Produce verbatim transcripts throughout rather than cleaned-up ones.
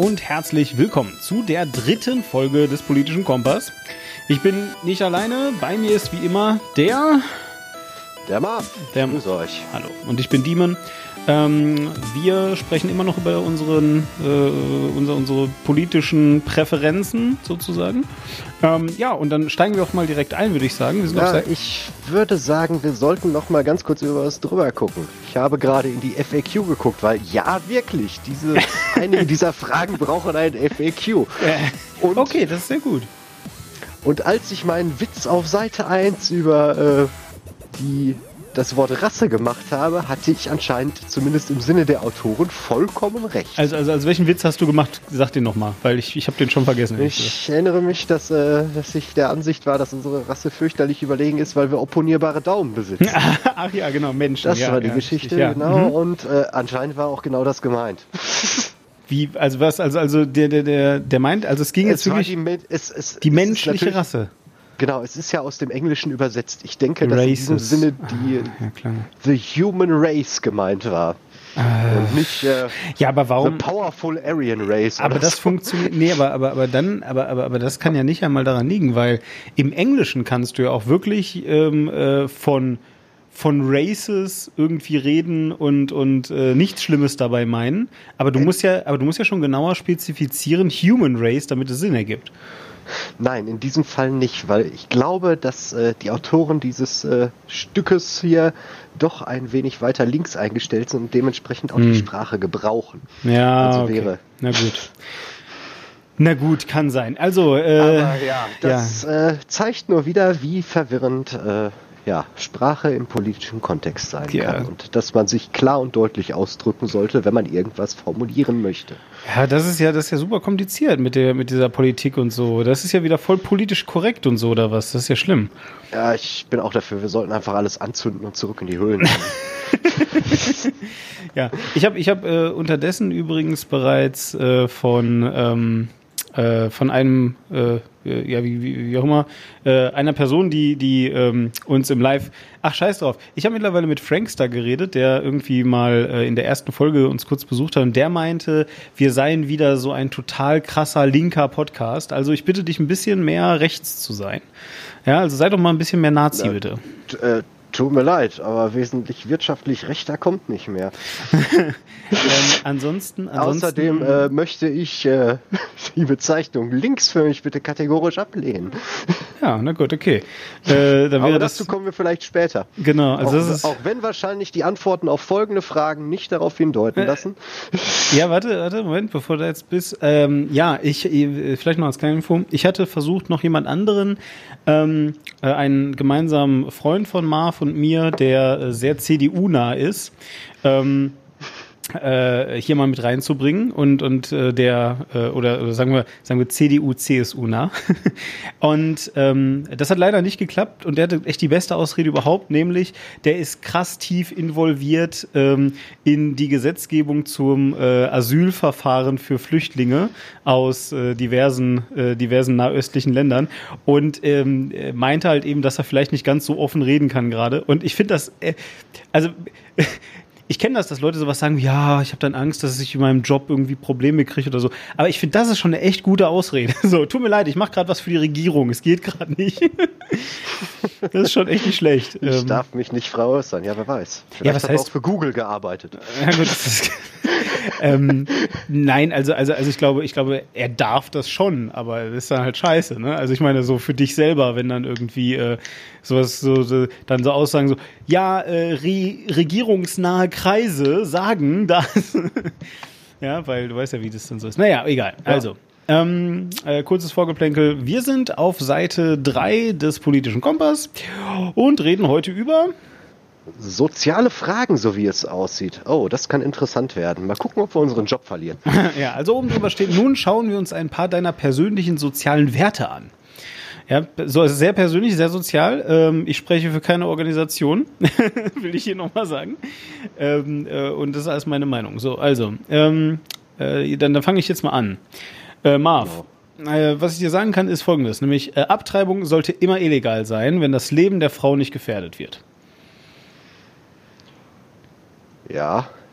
und herzlich willkommen zu der dritten Folge des Politischen Kompass. Ich bin nicht alleine, bei mir ist wie immer der... Der Marv. Der Grüß euch. Hallo. Und ich bin Demon. Ähm, wir sprechen immer noch über unseren, äh, unsere, unsere politischen Präferenzen sozusagen. Ähm, ja, und dann steigen wir auch mal direkt ein, würde ich sagen. Wir sind Ja, sehr ich würde sagen, wir sollten noch mal ganz kurz über was drüber gucken. Ich habe gerade in die F A Q geguckt, weil ja, wirklich, diese, einige dieser Fragen brauchen ein F A Q. Und, okay, das ist sehr gut. Und als ich meinen Witz auf Seite eins über äh, die... das Wort Rasse gemacht habe, hatte ich anscheinend, zumindest im Sinne der Autoren, vollkommen recht. Also, also, also welchen Witz hast du gemacht? Sag den nochmal, weil ich, ich habe den schon vergessen. Ich erinnere mich, dass, äh, dass ich der Ansicht war, dass unsere Rasse fürchterlich überlegen ist, weil wir opponierbare Daumen besitzen. Ach ja, genau, Menschen. Das ja, war die ja, Geschichte, ja. genau. Mhm. Und äh, anscheinend war auch genau das gemeint. Wie, also was, also, also der, der, der, der meint, also es ging Es jetzt war wirklich die, Me- es, es, die es ist menschliche natürlich- Rasse. Genau, es ist ja aus dem Englischen übersetzt. Ich denke, dass in diesem Races. Sinne die Ja, klar. The Human Race gemeint war. Und nicht äh, Ja, aber warum? The Powerful Aryan Race. Aber oder das so. funktioniert, nee, aber, aber, aber dann, aber, aber, aber das kann ja nicht einmal daran liegen, weil im Englischen kannst du ja auch wirklich ähm, äh, von, von Races irgendwie reden und, und äh, nichts Schlimmes dabei meinen. Aber du musst ja, aber du musst ja schon genauer spezifizieren, Human Race, damit es Sinn ergibt. Nein, in diesem Fall nicht, weil ich glaube, dass äh, die Autoren dieses äh, Stückes hier doch ein wenig weiter links eingestellt sind und dementsprechend auch Hm. die Sprache gebrauchen. Ja, Also okay. wäre. Na gut. Na gut, kann sein. Also, äh, Aber ja, das Äh, zeigt nur wieder, wie verwirrend äh, ja, Sprache im politischen Kontext sein Ja. kann und dass man sich klar und deutlich ausdrücken sollte, wenn man irgendwas formulieren möchte. ja, das ist ja, das ist ja super kompliziert mit der, mit dieser Politik und so. Das ist ja wieder voll politisch korrekt und so, oder was? Das ist ja schlimm. Ja, ich bin auch dafür, wir sollten einfach alles anzünden und zurück in die Höhlen gehen. Ja, ich habe ich hab, äh, unterdessen übrigens bereits äh, von ähm, äh, von einem äh, ja wie, wie, wie auch immer äh, einer Person, die die ähm, uns im Live ach scheiß drauf. Ich habe mittlerweile mit Frankster geredet, der irgendwie mal äh, in der ersten Folge uns kurz besucht hat und der meinte, wir seien wieder so ein total krasser linker Podcast. Also ich bitte dich ein bisschen mehr rechts zu sein. Ja, also sei doch mal ein bisschen mehr Nazi, Ja. bitte. T- äh, Tut mir leid, aber wesentlich wirtschaftlich rechter kommt nicht mehr. ähm, ansonsten, ansonsten Außerdem äh, möchte ich äh, die Bezeichnung links für mich bitte kategorisch ablehnen. ja, na gut, okay. Äh, dann Aber wäre dazu das kommen wir vielleicht später. genau, also auch, das ist auch wenn wahrscheinlich die Antworten auf folgende Fragen nicht darauf hindeuten lassen. ja, warte, warte, Moment, bevor du jetzt bist. Ähm, ja, ich äh, vielleicht noch als kleine Info. Ich hatte versucht, noch jemand anderen, ähm, äh, einen gemeinsamen Freund von Marv und mir, der äh, sehr C D U-nah ist, ähm, äh, hier mal mit reinzubringen und und äh, der äh, oder, oder sagen wir sagen wir C D U C S U nah und ähm, das hat leider nicht geklappt und der hatte echt die beste Ausrede überhaupt, nämlich der ist krass tief involviert ähm, in die Gesetzgebung zum äh, Asylverfahren für Flüchtlinge aus äh, diversen äh, diversen nahöstlichen Ländern und ähm, er meinte halt eben, dass er vielleicht nicht ganz so offen reden kann gerade und ich finde das äh, also ich kenne das, dass Leute sowas sagen, ja, ich habe dann Angst, dass ich in meinem Job irgendwie Probleme kriege oder so. Aber ich finde, das ist schon eine echt gute Ausrede. So, tut mir leid, ich mache gerade was für die Regierung. Es geht gerade nicht. Das ist schon echt nicht schlecht. Ich Ähm, darf mich nicht frei äußern, ja, wer weiß. Vielleicht Ja, was hat er heißt- auch für Google gearbeitet. Ja, gut, das ist, ähm, nein, also, also, also ich glaube, ich glaube, er darf das schon, aber das ist dann halt scheiße, ne? Also ich meine, so für dich selber, wenn dann irgendwie äh, sowas, so, so, dann so Aussagen so, ja, äh, Re regierungsnahe Kreise sagen das. Ja, weil du weißt ja, wie das dann so ist. Naja, egal. Ja. Also, ähm, äh, kurzes Vorgeplänkel. Wir sind auf Seite drei des Politischen Kompass und reden heute über Soziale Fragen, so wie es aussieht. Oh, das kann interessant werden. Mal gucken, ob wir unseren Job verlieren. ja, also oben drüber steht, nun schauen wir uns ein paar deiner persönlichen sozialen Werte an. Ja, so also sehr persönlich, sehr sozial. Ähm, ich spreche für keine Organisation, will ich hier nochmal sagen. Ähm, äh, und das ist alles meine Meinung. So, also, ähm, äh, dann, dann fange ich jetzt mal an. Äh, Marv, äh, was ich dir sagen kann, ist Folgendes, nämlich äh, Abtreibung sollte immer illegal sein, wenn das Leben der Frau nicht gefährdet wird. Ja,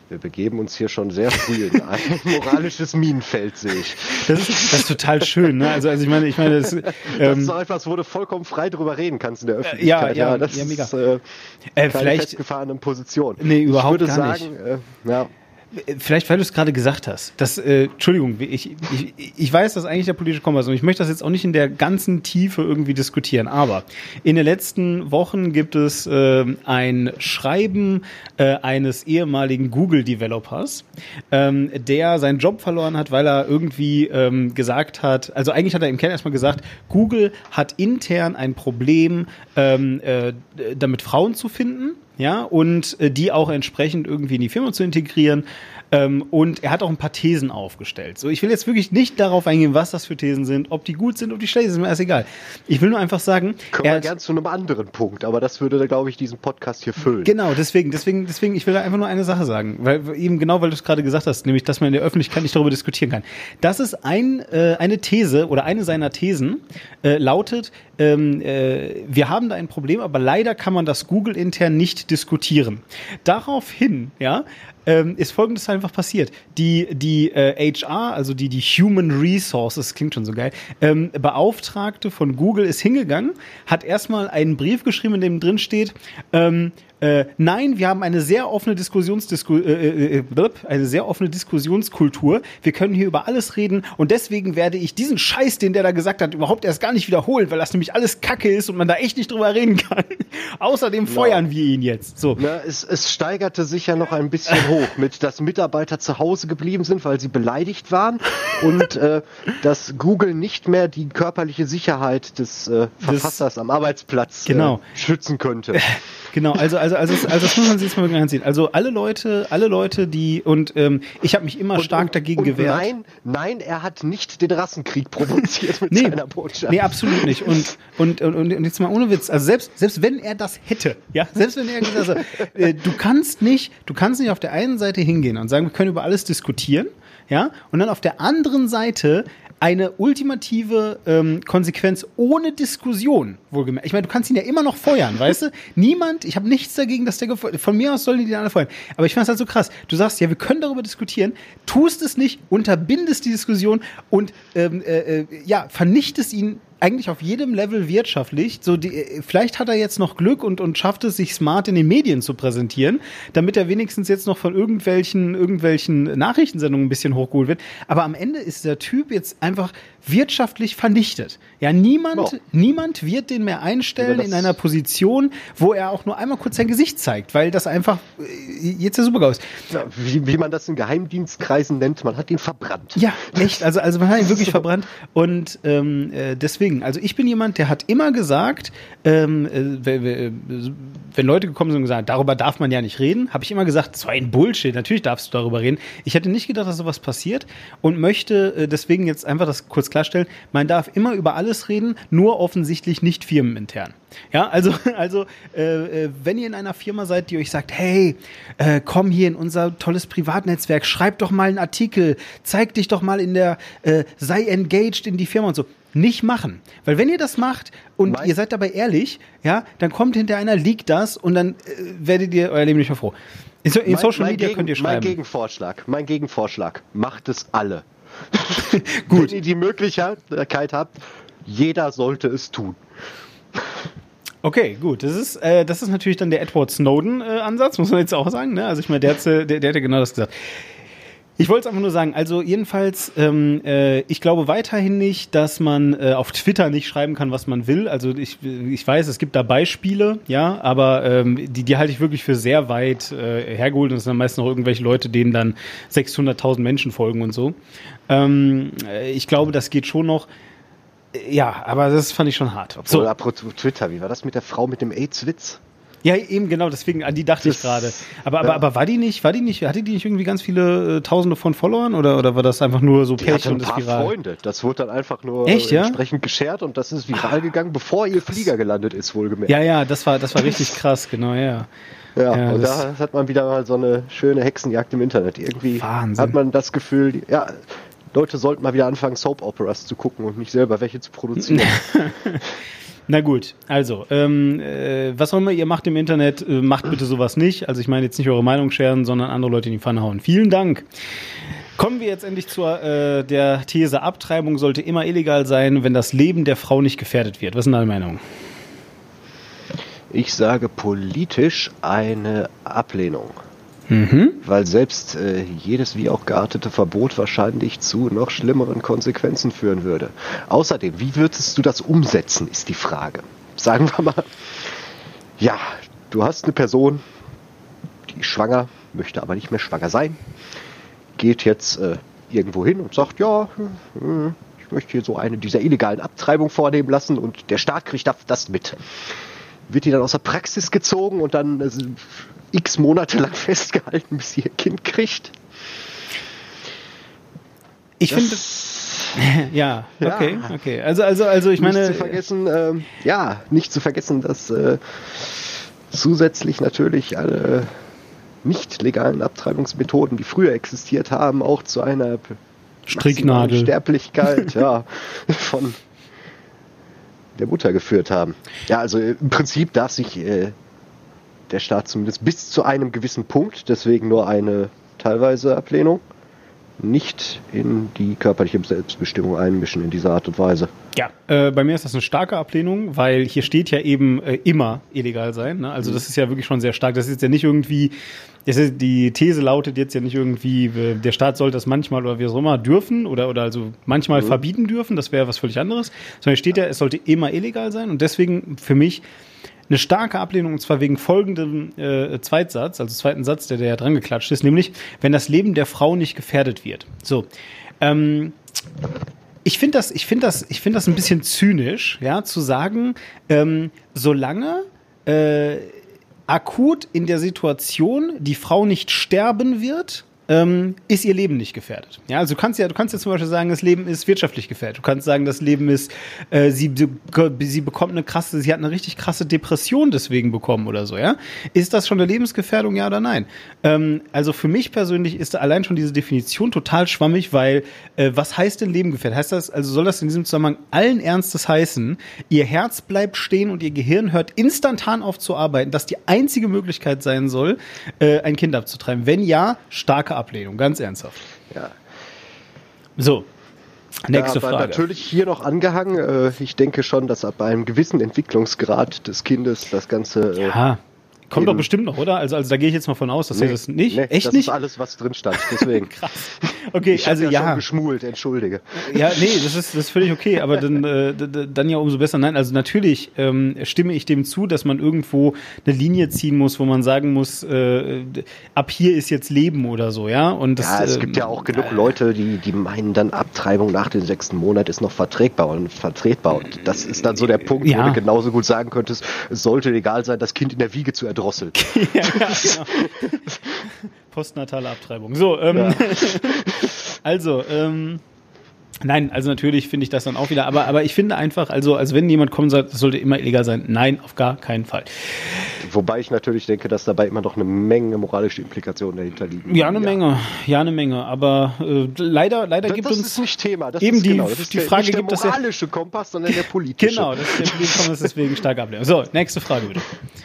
Wir begeben uns hier schon sehr früh in ein moralisches Minenfeld, sehe ich. Das ist, das ist total schön, ne? Also, also ich meine, ich meine, das, ähm, das ist auch etwas, wo du vollkommen frei drüber reden kannst in der Öffentlichkeit. Ja, ja, das ja, mega. ist äh, keine äh, vielleicht, festgefahrene Position. Nee, überhaupt ich würde gar sagen, nicht. Äh, ja. Vielleicht, weil du es gerade gesagt hast. Das, äh, Entschuldigung, ich, ich, ich weiß, das ist eigentlich der politische Kompass und ich möchte das jetzt auch nicht in der ganzen Tiefe irgendwie diskutieren, aber in den letzten Wochen gibt es äh, ein Schreiben äh, eines ehemaligen Google-Developers, ähm, der seinen Job verloren hat, weil er irgendwie ähm, gesagt hat, also eigentlich hat er im Kern erstmal gesagt, Google hat intern ein Problem, ähm, äh, damit Frauen zu finden. Ja, und äh, die auch entsprechend irgendwie in die Firma zu integrieren. Ähm, und er hat auch ein paar Thesen aufgestellt. So, ich will jetzt wirklich nicht darauf eingehen, was das für Thesen sind, ob die gut sind, ob die schlecht sind, ist mir alles egal. Ich will nur einfach sagen, kommen wir gern zu einem anderen Punkt, aber das würde, glaube ich, diesen Podcast hier füllen. Genau, deswegen, deswegen, deswegen, ich will da einfach nur eine Sache sagen, weil eben genau, weil du es gerade gesagt hast, nämlich, dass man in der Öffentlichkeit nicht darüber diskutieren kann. Das ist ein, äh, eine These oder eine seiner Thesen äh, lautet, ähm, äh, wir haben da ein Problem, aber leider kann man das Google intern nicht diskutieren. Daraufhin, ja, ähm, ist Folgendes einfach passiert. Die, die äh, H R, also die, die Human Resources, klingt schon so geil, ähm, Beauftragte von Google ist hingegangen, hat erstmal einen Brief geschrieben, in dem drin steht, ähm, Äh, nein, wir haben eine sehr offene Diskussionsdisku äh, äh, eine sehr offene Diskussionskultur. Wir können hier über alles reden und deswegen werde ich diesen Scheiß, den der da gesagt hat, überhaupt erst gar nicht wiederholen, weil das nämlich alles Kacke ist und man da echt nicht drüber reden kann. Außerdem feuern no. wir ihn jetzt. So. Na, es, es steigerte sich ja noch ein bisschen hoch, mit dass Mitarbeiter zu Hause geblieben sind, weil sie beleidigt waren und äh, dass Google nicht mehr die körperliche Sicherheit des äh, Verfassers das, am Arbeitsplatz genau. äh, schützen könnte. Genau, also also also also das muss man sich jetzt mal ansehen. Also alle Leute, alle Leute, die und ähm, ich habe mich immer und, stark und, dagegen und gewehrt. Nein, nein, er hat nicht den Rassenkrieg provoziert mit nee, seiner Botschaft. Nee, absolut nicht. Und und und und jetzt mal ohne Witz. Also selbst selbst wenn er das hätte, ja, selbst wenn er gesagt hat, äh, du kannst nicht, du kannst nicht auf der einen Seite hingehen und sagen, wir können über alles diskutieren, ja, und dann auf der anderen Seite eine ultimative ähm, Konsequenz ohne Diskussion, wohlgemerkt. Ich meine, du kannst ihn ja immer noch feuern, weißt du? Niemand, ich habe nichts dagegen, dass der gefeuert, von mir aus sollen die den alle feuern. Aber ich fand es halt so krass. Du sagst, ja, wir können darüber diskutieren, tust es nicht, unterbindest die Diskussion und ähm, äh, ja, vernichtest ihn eigentlich auf jedem Level wirtschaftlich. So die, vielleicht hat er jetzt noch Glück und, und schafft es, sich smart in den Medien zu präsentieren, damit er wenigstens jetzt noch von irgendwelchen, irgendwelchen Nachrichtensendungen ein bisschen hochgeholt wird. Aber am Ende ist der Typ jetzt einfach wirtschaftlich vernichtet. Ja, niemand, wow. niemand wird den mehr einstellen in einer Position, wo er auch nur einmal kurz sein Gesicht zeigt, weil das einfach jetzt der Supergau ist. Ja, wie, wie man das in Geheimdienstkreisen nennt, man hat ihn verbrannt. Ja, echt. Also, also man hat ihn wirklich so. verbrannt. Und ähm, deswegen, also ich bin jemand, der hat immer gesagt, ähm, äh, wenn Leute gekommen sind und gesagt, darüber darf man ja nicht reden, habe ich immer gesagt, so ein Bullshit, natürlich darfst du darüber reden. Ich hätte nicht gedacht, dass sowas passiert und möchte äh, deswegen jetzt einfach das kurz klarstellen, man darf immer über alles reden, nur offensichtlich nicht firmenintern. Ja, also, also äh, wenn ihr in einer Firma seid, die euch sagt, hey, äh, komm hier in unser tolles Privatnetzwerk, schreib doch mal einen Artikel, zeig dich doch mal in der, äh, sei engaged in die Firma und so. Nicht machen. Weil wenn ihr das macht und mein ihr seid dabei ehrlich, ja, dann kommt hinter einer, liegt das und dann äh, werdet ihr euer Leben nicht mehr froh. In, so, in mein, Social Media Gegen, könnt ihr schreiben. Mein Gegenvorschlag, mein Gegenvorschlag, macht es alle. Gut. Wenn ihr die Möglichkeit habt, jeder sollte es tun. Okay, gut. Das ist, äh, das ist natürlich dann der Edward Snowden-Ansatz, äh, muss man jetzt auch sagen. Ne? Also ich meine, der hat, der, der hat ja genau das gesagt. Ich wollte es einfach nur sagen, also jedenfalls, ähm, äh, ich glaube weiterhin nicht, dass man äh, auf Twitter nicht schreiben kann, was man will. Also ich, ich weiß, es gibt da Beispiele, ja, aber ähm, die, die halte ich wirklich für sehr weit äh, hergeholt und es sind dann meist noch irgendwelche Leute, denen dann sechshunderttausend Menschen folgen und so. Ähm, ich glaube, das geht schon noch. Ja, aber das fand ich schon hart. Obwohl, so. Apropos Twitter, wie war das mit der Frau mit dem AIDS-Witz? Ja, eben genau, deswegen, an die dachte das, ich gerade. Aber, aber, ja. aber war die nicht, war die nicht, hatte die nicht irgendwie ganz viele äh, Tausende von Followern oder, oder war das einfach nur so die Pech hatte und ist viral? Ein paar Freunde, das wurde dann einfach nur Echt, ja? entsprechend geshared und das ist viral gegangen, bevor ihr Flieger gelandet ist, wohlgemerkt. Ja, ja, das war, das war richtig krass, genau, ja. Ja, ja, und da hat man wieder mal so eine schöne Hexenjagd im Internet. Irgendwie Wahnsinn. Hat man das Gefühl, die, ja, Leute sollten mal wieder anfangen, Soap-Operas zu gucken und nicht selber welche zu produzieren. Na gut, also, ähm, äh, was auch immer ihr macht im Internet, äh, macht bitte sowas nicht. Also ich meine jetzt nicht eure Meinung scheren, sondern andere Leute in die Pfanne hauen. Vielen Dank. Kommen wir jetzt endlich zur äh, der These, Abtreibung sollte immer illegal sein, wenn das Leben der Frau nicht gefährdet wird. Was sind deine Meinungen? Ich sage politisch eine Ablehnung. Mhm. Weil selbst äh, jedes wie auch geartete Verbot wahrscheinlich zu noch schlimmeren Konsequenzen führen würde. Außerdem, wie würdest du das umsetzen, ist die Frage. Sagen wir mal, ja, du hast eine Person, die ist schwanger, möchte aber nicht mehr schwanger sein, geht jetzt äh, irgendwo hin und sagt, ja, äh, ich möchte hier so eine dieser illegalen Abtreibung vornehmen lassen und der Staat kriegt das mit. Wird die dann aus der Praxis gezogen und dann äh, x Monate lang festgehalten, bis sie ihr Kind kriegt? Ich finde, ja, okay, ja. okay. Also, also, also, ich nicht meine, zu vergessen, äh, ja, nicht zu vergessen, dass äh, zusätzlich natürlich alle nicht legalen Abtreibungsmethoden, die früher existiert haben, auch zu einer Stricknadel Sterblichkeit, ja, von der Mutter geführt haben. Ja, also im Prinzip darf sich äh, der Staat zumindest bis zu einem gewissen Punkt, deswegen nur eine teilweise Ablehnung, nicht in die körperliche Selbstbestimmung einmischen in dieser Art und Weise. Ja, äh, bei mir ist das eine starke Ablehnung, weil hier steht ja eben äh, immer illegal sein. Ne? Also das ist ja wirklich schon sehr stark. Das ist ja nicht irgendwie, das ist, die These lautet jetzt ja nicht irgendwie, äh, der Staat soll das manchmal oder wie auch immer dürfen oder, oder also manchmal mhm. verbieten dürfen. Das wäre was völlig anderes. Sondern steht ja, es sollte immer illegal sein und deswegen für mich eine starke Ablehnung, und zwar wegen folgendem äh, Zweitsatz, also zweiten Satz, der, der ja dran geklatscht ist, nämlich, wenn das Leben der Frau nicht gefährdet wird. So, ähm, ich finde das, ich finde das, ich finde das ein bisschen zynisch, ja, zu sagen, ähm, solange äh, akut in der Situation die Frau nicht sterben wird, ähm, ist ihr Leben nicht gefährdet. Ja, also du kannst ja, du kannst ja zum Beispiel sagen, das Leben ist wirtschaftlich gefährdet. Du kannst sagen, das Leben ist, äh, sie, sie bekommt eine krasse, sie hat eine richtig krasse Depression deswegen bekommen oder so, ja. Ist das schon eine Lebensgefährdung, ja oder nein? Ähm, also für mich persönlich ist allein schon diese Definition total schwammig, weil, äh, was heißt denn Leben gefährdet? Heißt das, also soll das in diesem Zusammenhang allen Ernstes heißen, ihr Herz bleibt stehen und ihr Gehirn hört instantan auf zu arbeiten, dass die einzige Möglichkeit sein soll, äh, ein Kind abzutreiben? Wenn ja, starke Ablehnung, ganz ernsthaft. Ja. So, nächste ja, aber Frage. Natürlich hier noch angehangen. Äh, ich denke schon, dass ab einem gewissen Entwicklungsgrad des Kindes das Ganze. Äh, ja, kommt doch bestimmt noch, oder? Also, also da gehe ich jetzt mal von aus, dass nee, ihr das nicht. Nee, Echt das nicht? Das ist alles, was drin stand. Deswegen. Krass. Okay, ich also ja. ja. Schon geschmult, entschuldige. Ja, nee, das ist, das ist völlig okay, aber dann, äh, dann ja umso besser. Nein, also natürlich ähm, stimme ich dem zu, dass man irgendwo eine Linie ziehen muss, wo man sagen muss, äh, ab hier ist jetzt Leben oder so, ja. Und das, ja, es äh, gibt ja auch genug äh, Leute, die, die meinen dann, Abtreibung nach dem sechsten Monat ist noch vertretbar und vertretbar. Und das ist dann so der Punkt, ja. wo du genauso gut sagen könntest, es sollte legal sein, das Kind in der Wiege zu erdrosseln. ja, ja, genau. Postnatale Abtreibung. So, ähm, ja. also, ähm, nein, also natürlich finde ich das dann auch wieder, aber, aber ich finde einfach, also, also wenn jemand kommt und sagt, das sollte immer illegal sein, nein, auf gar keinen Fall. Wobei ich natürlich denke, dass dabei immer noch eine Menge moralische Implikationen dahinter liegen. Ja, eine ja. Menge, ja, eine Menge, aber äh, leider, leider das, gibt das uns... Das ist nicht Thema, das eben ist die, genau, das ist die der, Frage nicht der gibt es moralische ja, Kompass, sondern der politische. Genau, das ist der politische Kompass, deswegen stark ablehnen. So, nächste Frage bitte.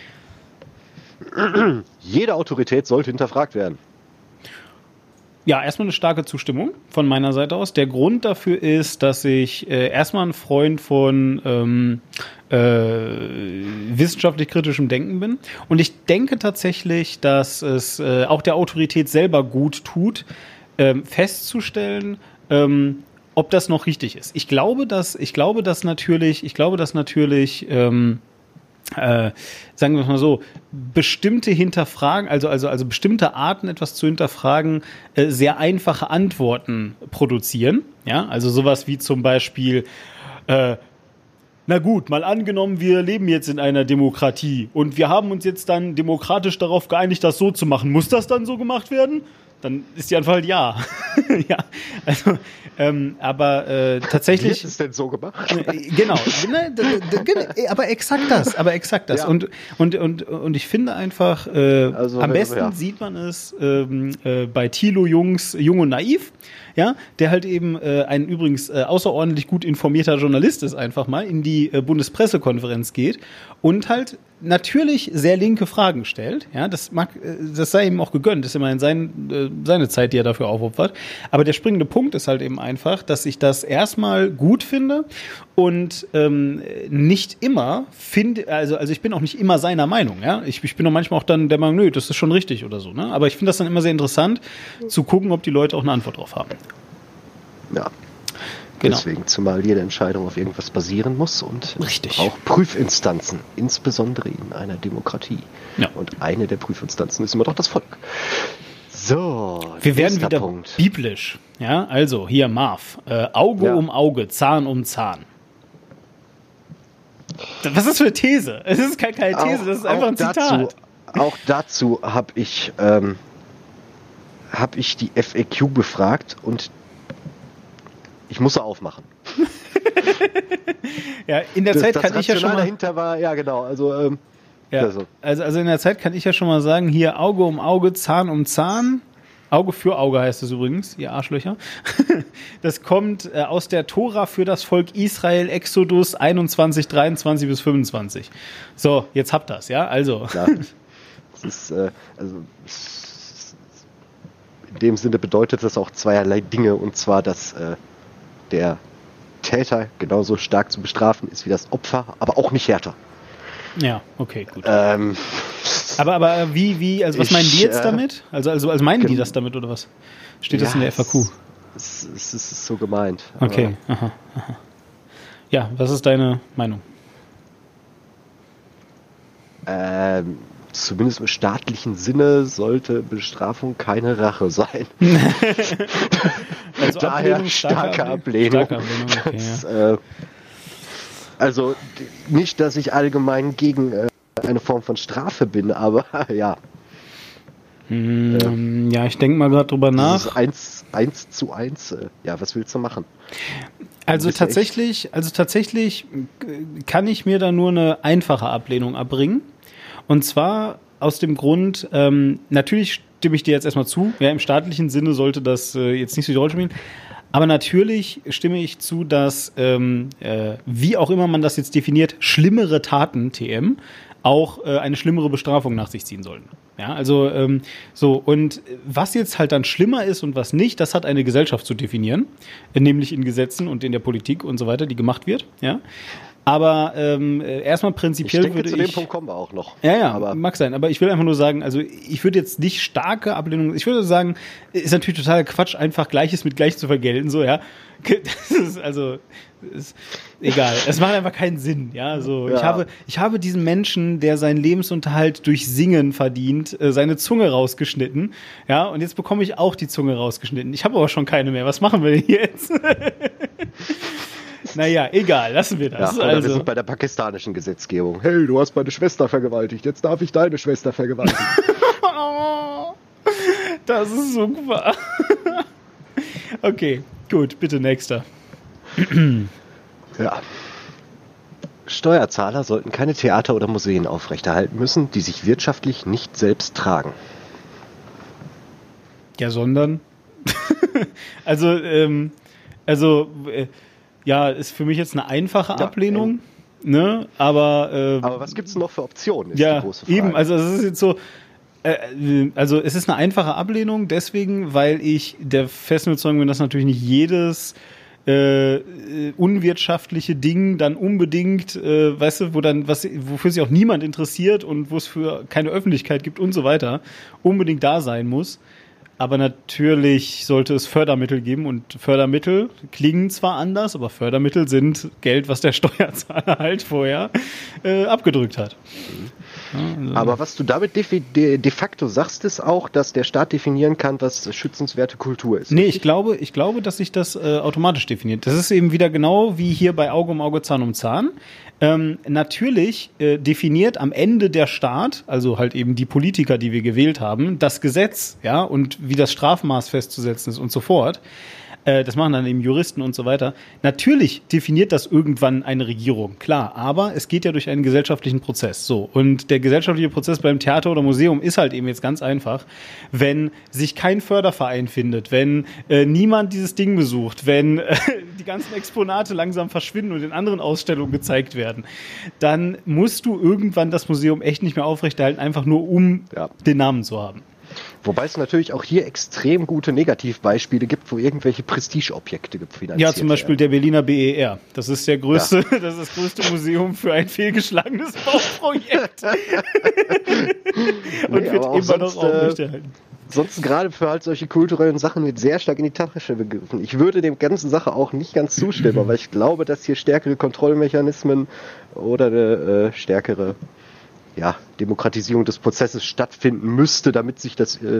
Jede Autorität sollte hinterfragt werden. Ja, erstmal eine starke Zustimmung von meiner Seite aus. Der Grund dafür ist, dass ich äh, erstmal ein Freund von ähm, äh, wissenschaftlich kritischem Denken bin. Und ich denke tatsächlich, dass es äh, auch der Autorität selber gut tut, ähm, festzustellen, ähm, ob das noch richtig ist. Ich glaube, dass ich glaube, dass natürlich, ich glaube, dass natürlich ähm, Äh, sagen wir es mal so, bestimmte Hinterfragen, also, also, also bestimmte Arten, etwas zu hinterfragen, äh, sehr einfache Antworten produzieren. Ja, also sowas wie zum Beispiel, äh, na gut, mal angenommen, wir leben jetzt in einer Demokratie und wir haben uns jetzt dann demokratisch darauf geeinigt, das so zu machen. Muss das dann so gemacht werden? dann ist die Antwort halt ja. ja, also, ähm, aber äh, tatsächlich. Wie ist es denn so gemacht? Äh, genau, ne, d- d- d- aber exakt das, aber exakt das. Ja. Und, und, und, und ich finde einfach, äh, Also, am wenn- besten ja. sieht man es ähm, äh, bei Thilo Jungs Jung und Naiv, ja, der halt eben äh, ein übrigens äh, außerordentlich gut informierter Journalist ist, einfach mal in die äh, Bundespressekonferenz geht und halt natürlich sehr linke Fragen stellt. Ja, das mag, äh, das sei ihm auch gegönnt, das ist immerhin sein, äh, seine Zeit, die er dafür aufopfert. Aber der springende Punkt ist halt eben einfach, dass ich das erstmal gut finde und ähm, nicht immer finde, also, also ich bin auch nicht immer seiner Meinung, ja. Ich, ich bin auch manchmal auch dann der Meinung, nö, das ist schon richtig oder so, ne? Aber ich finde das dann immer sehr interessant, zu gucken, ob die Leute auch eine Antwort drauf haben. Ja. Genau. Deswegen, zumal jede Entscheidung auf irgendwas basieren muss und Richtig. auch Prüfinstanzen, insbesondere in einer Demokratie. Ja. Und eine der Prüfinstanzen ist immer doch das Volk. So, Wir werden nächster wieder Punkt. biblisch. Ja, also hier Marv. Äh, Auge Ja. um Auge, Zahn um Zahn. Was ist das für eine These? Es ist keine, keine These, Auch- das ist einfach auch ein Zitat. Dazu, auch dazu habe ich, ähm, hab ich die F A Q befragt und ich muss sie aufmachen. Ja, in der Das, Zeit das kann ich ja schon Rational mal. dahinter war, ja genau, also ähm, Ja, also. also, also in der Zeit kann ich ja schon mal sagen, hier Auge um Auge, Zahn um Zahn. Auge für Auge heißt es übrigens, ihr Arschlöcher. Das kommt äh, aus der Tora für das Volk Israel, Exodus einundzwanzig, dreiundzwanzig bis fünfundzwanzig. So, jetzt habt das, ja? Also. Ja, es ist, äh, also es- in dem Sinne bedeutet das auch zweierlei Dinge, und zwar, dass äh, der Täter genauso stark zu bestrafen ist wie das Opfer, aber auch nicht härter. Ja, okay, gut. Ähm, Aber, aber wie, wie, also was Ich, meinen die jetzt äh, damit? Also, also, also meinen die gen- das damit oder was? Steht das ja, in der F A Q? Es, es, es ist so gemeint. Okay, aha, aha. Ja, was ist deine Meinung? Aber, ähm, zumindest im staatlichen Sinne sollte Bestrafung keine Rache sein. Also Daher Ablehnung, starke Able- Ablehnung. Starke Ablehnung, okay, Das, ja. äh, also d- nicht, dass ich allgemein gegen äh, eine Form von Strafe bin, aber ja, Mm, ja, ich denke mal gerade drüber nach. dieses eins, eins zu eins, äh, ja, was willst du machen? Also bist du tatsächlich, also tatsächlich äh, kann ich mir da nur eine einfache Ablehnung abbringen. Und zwar aus dem Grund, ähm, natürlich stimme ich dir jetzt erstmal zu, ja, im staatlichen Sinne sollte das äh, jetzt nicht so die Rolle spielen. Aber natürlich stimme ich zu, dass, ähm, äh, wie auch immer man das jetzt definiert, schlimmere Taten, T M, auch äh, eine schlimmere Bestrafung nach sich ziehen sollten. Ja, also ähm, so, und was jetzt halt dann schlimmer ist und was nicht, das hat eine Gesellschaft zu definieren, äh, nämlich in Gesetzen und in der Politik und so weiter, die gemacht wird. Ja, aber ähm, äh, erstmal Ich prinzipiell denke, würde zu dem ich Punkt kommen wir auch noch. ja, ja, aber mag sein. Aber ich will einfach nur sagen, also ich würde jetzt nicht starke Ablehnung, ich würde sagen, ist natürlich total Quatsch, einfach Gleiches mit Gleich zu vergelten, so, ja. Das ist also, ist egal. Es macht einfach keinen Sinn, ja. So, Ja. ich habe, ich habe diesen Menschen, der seinen Lebensunterhalt durch Singen verdient, äh, seine Zunge rausgeschnitten, ja. Und jetzt bekomme ich auch die Zunge rausgeschnitten. Ich habe aber schon keine mehr. Was machen wir denn jetzt? Naja, egal, lassen wir ja, das. oder wir also. sind bei der pakistanischen Gesetzgebung. Hey, du hast meine Schwester vergewaltigt, jetzt darf ich deine Schwester vergewaltigen. Oh, das ist super. Okay, gut, bitte nächster. Ja. Steuerzahler sollten keine Theater oder Museen aufrechterhalten müssen, die sich wirtschaftlich nicht selbst tragen. Ja, sondern. also, ähm, also, äh, ja, ist für mich jetzt eine einfache Ja, Ablehnung, ne? Aber, äh, Aber was gibt's noch für Optionen, ist ja, die große Frage. eben, also es ist jetzt so, äh, also es ist eine einfache Ablehnung, deswegen, weil ich der festen Überzeugung bin, dass natürlich nicht jedes äh, unwirtschaftliche Ding dann unbedingt, äh, weißt du, wo dann, was, wofür sich auch niemand interessiert und wo es für keine Öffentlichkeit gibt und so weiter, unbedingt da sein muss. Aber natürlich sollte es Fördermittel geben und Fördermittel klingen zwar anders, aber Fördermittel sind Geld, was der Steuerzahler halt vorher äh, abgedrückt hat. Ja, also Aber was du damit de, de, de facto sagst, ist auch, dass der Staat definieren kann, was schützenswerte Kultur ist. Nee, richtig? ich glaube, ich glaube, dass sich das äh, automatisch definiert. Das ist eben wieder genau wie hier bei Auge um Auge, Zahn um Zahn. Ähm, natürlich äh, definiert am Ende der Staat, also halt eben die Politiker, die wir gewählt haben, das Gesetz, ja, und wie das Strafmaß festzusetzen ist und so fort. Äh, das machen dann eben Juristen und so weiter. Natürlich definiert das irgendwann eine Regierung, klar, aber es geht ja durch einen gesellschaftlichen Prozess. So, und der gesellschaftliche Prozess beim Theater oder Museum ist halt eben jetzt ganz einfach, wenn sich kein Förderverein findet, wenn äh, niemand dieses Ding besucht, wenn äh, die ganzen Exponate langsam verschwinden und in anderen Ausstellungen gezeigt werden, dann musst du irgendwann das Museum echt nicht mehr aufrechterhalten, einfach nur um Ja. den Namen zu haben. Wobei es natürlich auch hier extrem gute Negativbeispiele gibt, wo irgendwelche Prestigeobjekte finanziert Ja, zum Beispiel werden. der Berliner B E R. Das ist der größte, das ist das größte Museum für ein fehlgeschlagenes Bauprojekt. Und Nee, wird aber auch immer noch sonst, äh, aufrechterhalten. Sonst gerade für halt solche kulturellen Sachen wird sehr stark in die Tasche begriffen. Ich würde dem ganzen Sache auch nicht ganz zustimmen, aber ich glaube, dass hier stärkere Kontrollmechanismen oder eine äh, stärkere ja, Demokratisierung des Prozesses stattfinden müsste, damit sich das, äh,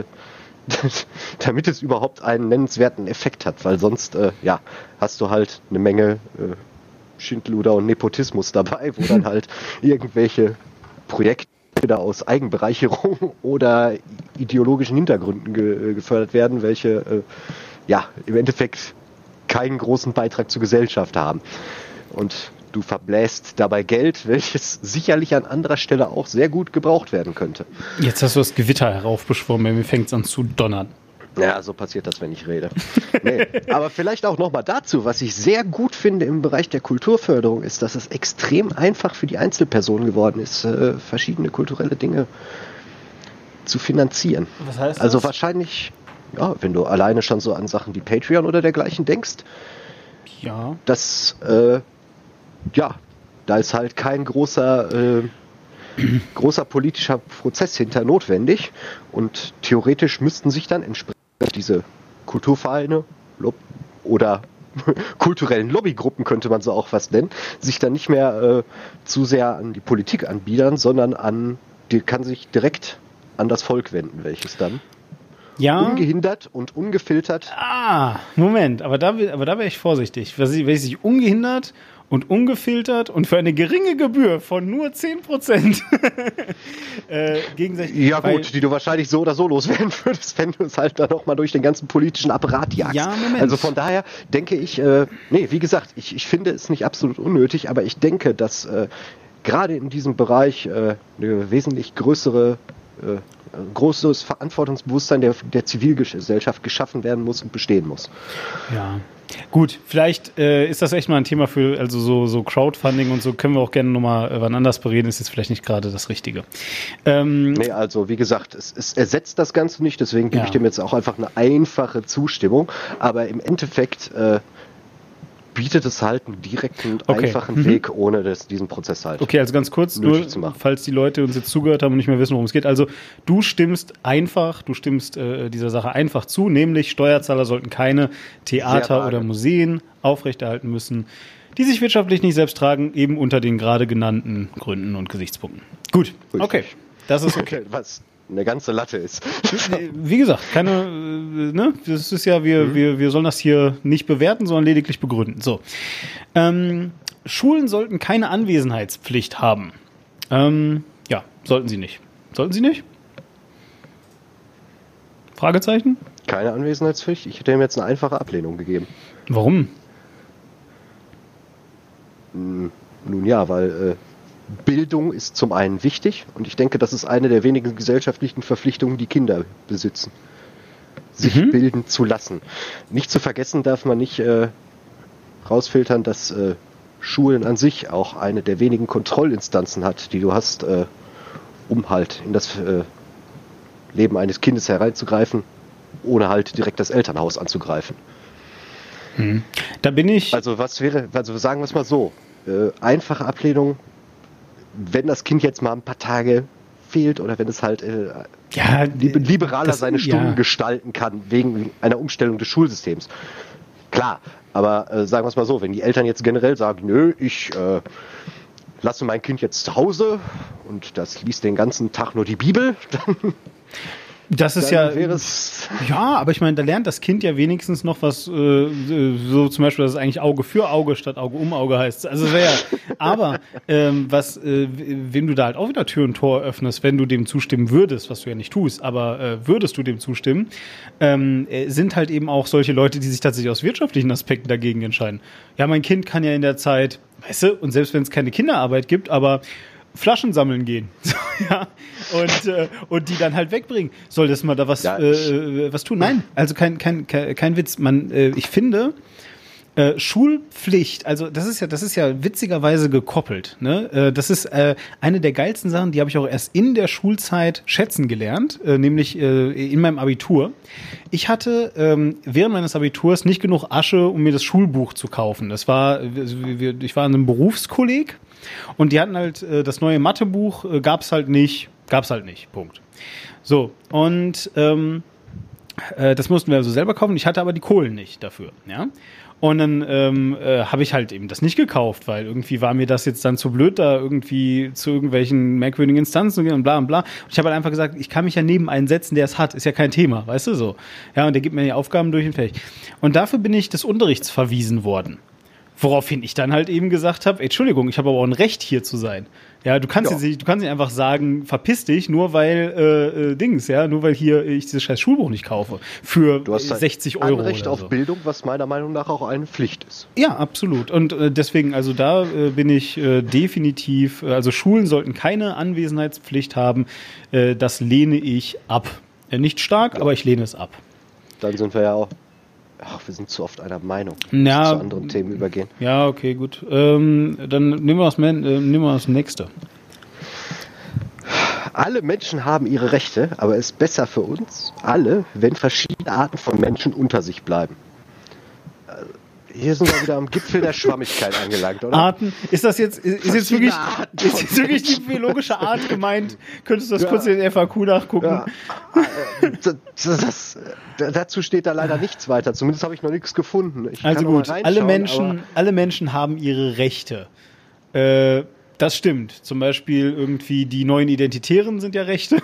damit es überhaupt einen nennenswerten Effekt hat, weil sonst, äh, ja, hast du halt eine Menge äh, Schindluder und Nepotismus dabei, wo dann halt irgendwelche Projekte da aus Eigenbereicherung oder ideologischen Hintergründen ge- gefördert werden, welche, äh, ja, im Endeffekt keinen großen Beitrag zur Gesellschaft haben. Und du verbläst dabei Geld, welches sicherlich an anderer Stelle auch sehr gut gebraucht werden könnte. Jetzt hast du das Gewitter heraufbeschworen, mir fängt es an zu donnern. Ja, so passiert das, wenn ich rede. Nee, aber vielleicht auch nochmal dazu, was ich sehr gut finde im Bereich der Kulturförderung, ist, dass es extrem einfach für die Einzelperson geworden ist, äh, verschiedene kulturelle Dinge zu finanzieren. Was heißt das? Also wahrscheinlich, ja, wenn du alleine schon so an Sachen wie Patreon oder dergleichen denkst, Ja. dass, äh, ja, da ist halt kein großer, äh, großer politischer Prozess hinter notwendig und theoretisch müssten sich dann entsprechend diese Kulturvereine Lob- oder kulturellen Lobbygruppen, könnte man so auch was nennen, sich dann nicht mehr äh, zu sehr an die Politik anbiedern, sondern an, die kann sich direkt an das Volk wenden, welches dann Ja. ungehindert und ungefiltert Ah, Moment, aber da, will- aber da wäre ich vorsichtig. Wenn sie, wenn sie sich ungehindert und ungefiltert und für eine geringe Gebühr von nur zehn Prozent äh, gegenseitig. Ja weil- gut, die du wahrscheinlich so oder so loswerden würdest, wenn du es halt dann nochmal durch den ganzen politischen Apparat jagst. Ja, Moment. Also von daher denke ich, äh, nee, wie gesagt, ich, ich finde es nicht absolut unnötig, aber ich denke, dass äh, gerade in diesem Bereich äh, eine wesentlich größere, äh, großes Verantwortungsbewusstsein der, der Zivilgesellschaft geschaffen werden muss und bestehen muss. Ja. Gut, vielleicht äh, ist das echt mal ein Thema für, also so, so Crowdfunding und so können wir auch gerne nochmal äh, wann anders bereden, ist jetzt vielleicht nicht gerade das Richtige. Ähm, Nee, also wie gesagt, es, es ersetzt das Ganze nicht, deswegen gebe Ja. ich dem jetzt auch einfach eine einfache Zustimmung, aber im Endeffekt äh, bietet es halt einen direkten, Okay. einfachen Mhm. Weg, ohne das, diesen Prozess halt. Okay, also ganz kurz, nötig nur zu machen. falls die Leute uns jetzt zugehört haben und nicht mehr wissen, worum es geht. Also du stimmst einfach, du stimmst äh, dieser Sache einfach zu, nämlich Steuerzahler sollten keine Sehr Theater vage. oder Museen aufrechterhalten müssen, die sich wirtschaftlich nicht selbst tragen, eben unter den gerade genannten Gründen und Gesichtspunkten. Gut, Richtig. okay, das ist okay. Was eine ganze Latte ist. Wie gesagt, keine, äh, ne, das ist ja, wir, wir, wir sollen das hier nicht bewerten, sondern lediglich begründen. So. Ähm, Schulen sollten keine Anwesenheitspflicht haben. Ähm, ja, sollten sie nicht. Sollten sie nicht? Fragezeichen? Keine Anwesenheitspflicht. Ich hätte ihm jetzt eine einfache Ablehnung gegeben. Warum? Nun ja, weil äh, Bildung ist zum einen wichtig und ich denke, das ist eine der wenigen gesellschaftlichen Verpflichtungen, die Kinder besitzen. Sich Mhm. bilden zu lassen. Nicht zu vergessen darf man nicht äh, rausfiltern, dass äh, Schulen an sich auch eine der wenigen Kontrollinstanzen hat, die du hast, äh, um halt in das äh, Leben eines Kindes hereinzugreifen, ohne halt direkt das Elternhaus anzugreifen. Da bin ich. Also was wäre, also sagen wir es mal so, äh, einfache Ablehnung, wenn das Kind jetzt mal ein paar Tage fehlt oder wenn es halt äh, ja, liber- liberaler das- seine Stunden ja. gestalten kann, wegen einer Umstellung des Schulsystems. Klar, aber äh, sagen wir es mal so, wenn die Eltern jetzt generell sagen, nö, ich äh, lasse mein Kind jetzt zu Hause und das liest den ganzen Tag nur die Bibel, dann... Das ist Dann ja, wäre es ja, aber ich meine, da lernt das Kind ja wenigstens noch was, äh, so zum Beispiel, dass es eigentlich Auge für Auge statt Auge um Auge heißt. Also wäre ja, aber ähm, was, äh, wenn du da halt auch wieder Tür und Tor öffnest, wenn du dem zustimmen würdest, was du ja nicht tust, aber äh, würdest du dem zustimmen, ähm, äh, sind halt eben auch solche Leute, die sich tatsächlich aus wirtschaftlichen Aspekten dagegen entscheiden. Ja, mein Kind kann ja in der Zeit, weißt du, und selbst wenn es keine Kinderarbeit gibt, aber Flaschen sammeln gehen, ja, und äh, und die dann halt wegbringen. Soll das mal da was ja, äh, was tun? Nein, also kein kein kein, kein Witz. Man, äh, ich finde äh, Schulpflicht, also das ist ja das ist ja witzigerweise gekoppelt. Ne, äh, das ist äh, eine der geilsten Sachen, die habe ich auch erst in der Schulzeit schätzen gelernt, äh, nämlich äh, in meinem Abitur. Ich hatte ähm, während meines Abiturs nicht genug Asche, um mir das Schulbuch zu kaufen. Das war, ich war in einem Berufskolleg. Und die hatten halt äh, das neue Mathebuch, äh, gab's halt nicht, gab's halt nicht, Punkt. So, und ähm, äh, das mussten wir also selber kaufen. Ich hatte aber die Kohlen nicht dafür, ja. Und dann ähm, äh, habe ich halt eben das nicht gekauft, weil irgendwie war mir das jetzt dann zu blöd, da irgendwie zu irgendwelchen merkwürdigen Instanzen zu gehen und bla und bla. Und ich habe halt einfach gesagt, ich kann mich ja neben einen setzen, der es hat, ist ja kein Thema, weißt du so. Ja, und der gibt mir die Aufgaben durch und fertig. Und dafür bin ich des Unterrichts verwiesen worden. Woraufhin ich dann halt eben gesagt habe, Entschuldigung, ich habe aber auch ein Recht hier zu sein. Ja, du kannst ja. jetzt, du kannst nicht einfach sagen, verpiss dich, nur weil äh, äh, Dings, ja, nur weil hier ich dieses scheiß Schulbuch nicht kaufe für du hast halt sechzig Euro. Ein Recht oder auf so. Bildung, was meiner Meinung nach auch eine Pflicht ist. Ja, absolut. Und äh, deswegen, also da äh, bin ich äh, definitiv, äh, also Schulen sollten keine Anwesenheitspflicht haben. Äh, das lehne ich ab. Äh, nicht stark, ja. aber ich lehne es ab. Dann sind wir ja auch Ach, wir sind zu oft einer Meinung. Ja, zu anderen Themen übergehen. Ja, okay, gut. Ähm, dann nehmen wir das, äh, nehmen wir das nächste. Alle Menschen haben ihre Rechte, aber es ist besser für uns alle, wenn verschiedene Arten von Menschen unter sich bleiben. Hier sind wir wieder am Gipfel der Schwammigkeit angelangt, oder? Arten, ist das jetzt, ist, ist jetzt wirklich, ist jetzt wirklich die biologische Art gemeint? Könntest du das ja. kurz in den F A Q nachgucken? Ja. Das, das, das, dazu steht da leider nichts weiter. Zumindest habe ich noch nichts gefunden. Ich also gut, alle Menschen, alle Menschen haben ihre Rechte. Äh, das stimmt. Zum Beispiel irgendwie die neuen Identitären sind ja Rechte.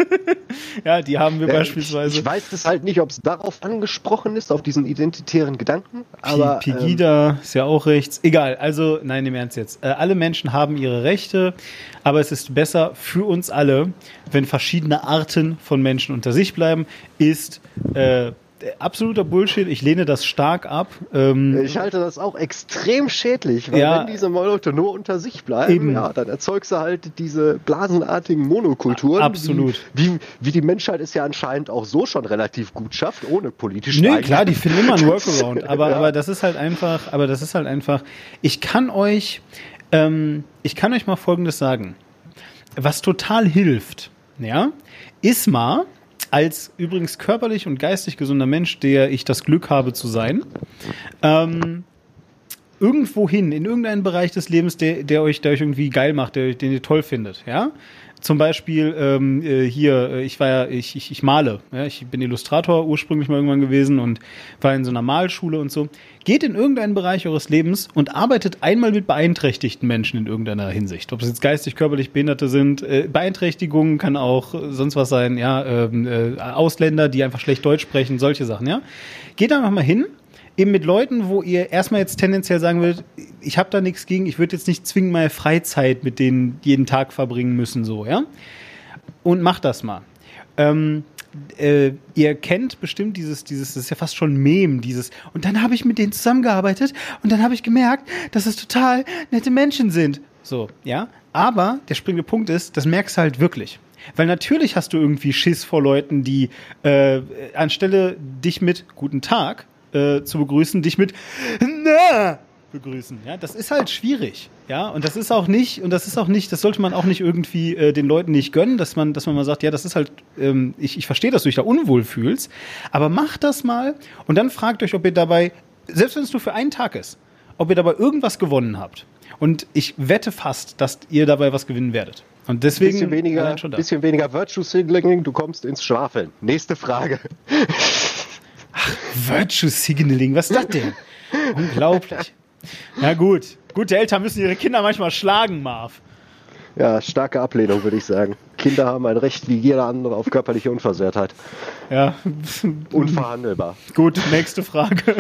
Ja, die haben wir ja, beispielsweise. Ich, ich weiß das halt nicht, ob es darauf angesprochen ist, auf diesen identitären Gedanken. Aber P- Pegida ähm, ist ja auch rechts. Egal, also nein, im Ernst jetzt. Äh, alle Menschen haben ihre Rechte, aber es ist besser für uns alle, wenn verschiedene Arten von Menschen unter sich bleiben, ist äh, absoluter Bullshit. Ich lehne das stark ab. Ähm, ich halte das auch extrem schädlich, weil ja, wenn diese Leute nur unter sich bleiben, eben. Ja, dann erzeugst du halt diese blasenartigen Monokulturen. Absolut. Wie, wie, wie die Menschheit es ja anscheinend auch so schon relativ gut schafft, ohne politischen Nee, klar, die finden immer einen Workaround. Aber, ja. aber das ist halt einfach, aber das ist halt einfach, ich kann euch, ähm, ich kann euch mal Folgendes sagen. Was total hilft, ja, ist mal, als übrigens körperlich und geistig gesunder Mensch, der ich das Glück habe zu sein, ähm, irgendwohin, in irgendeinen Bereich des Lebens, der, der euch, der euch irgendwie geil macht, der, den ihr toll findet, ja. Zum Beispiel ähm, hier, ich war ja, ich, ich, ich male, ja? Ich bin Illustrator ursprünglich mal irgendwann gewesen und war in so einer Malschule und so. Geht in irgendeinen Bereich eures Lebens und arbeitet einmal mit beeinträchtigten Menschen in irgendeiner Hinsicht. Ob es jetzt geistig, körperlich Behinderte sind, äh, Beeinträchtigungen kann auch sonst was sein, ja, ähm, äh, Ausländer, die einfach schlecht Deutsch sprechen, solche Sachen, ja. Geht einfach mal hin. Eben mit Leuten, wo ihr erstmal jetzt tendenziell sagen würdet, ich habe da nichts gegen, ich würde jetzt nicht zwingend meine Freizeit mit denen jeden Tag verbringen müssen, so, ja? Und macht das mal. Ähm, äh, ihr kennt bestimmt dieses, dieses, das ist ja fast schon Mem, dieses, und dann habe ich mit denen zusammengearbeitet und dann habe ich gemerkt, dass es total nette Menschen sind. So, ja? Aber der springende Punkt ist, das merkst du halt wirklich. Weil natürlich hast du irgendwie Schiss vor Leuten, die äh, anstelle dich mit Guten Tag Äh, zu begrüßen, dich mit na begrüßen. Ja, das ist halt schwierig. Ja, und das ist auch nicht, und das ist auch nicht, das sollte man auch nicht irgendwie äh, den Leuten nicht gönnen, dass man, dass man mal sagt, ja, das ist halt, ähm, ich, ich verstehe, dass du dich da unwohl fühlst, aber macht das mal und dann fragt euch, ob ihr dabei, selbst wenn es nur für einen Tag ist, ob ihr dabei irgendwas gewonnen habt. Und ich wette fast, dass ihr dabei was gewinnen werdet. Und deswegen bisschen weniger, schon da. bisschen weniger Virtue Signaling, du kommst ins Schwafeln. Nächste Frage. Ach, Virtue Signaling, was ist das denn? Unglaublich. Na gut, Gute Eltern müssen ihre Kinder manchmal schlagen, Marv. Ja, starke Ablehnung, würde ich sagen. Kinder haben ein Recht wie jeder andere auf körperliche Unversehrtheit. Ja. Unverhandelbar. Gut, nächste Frage.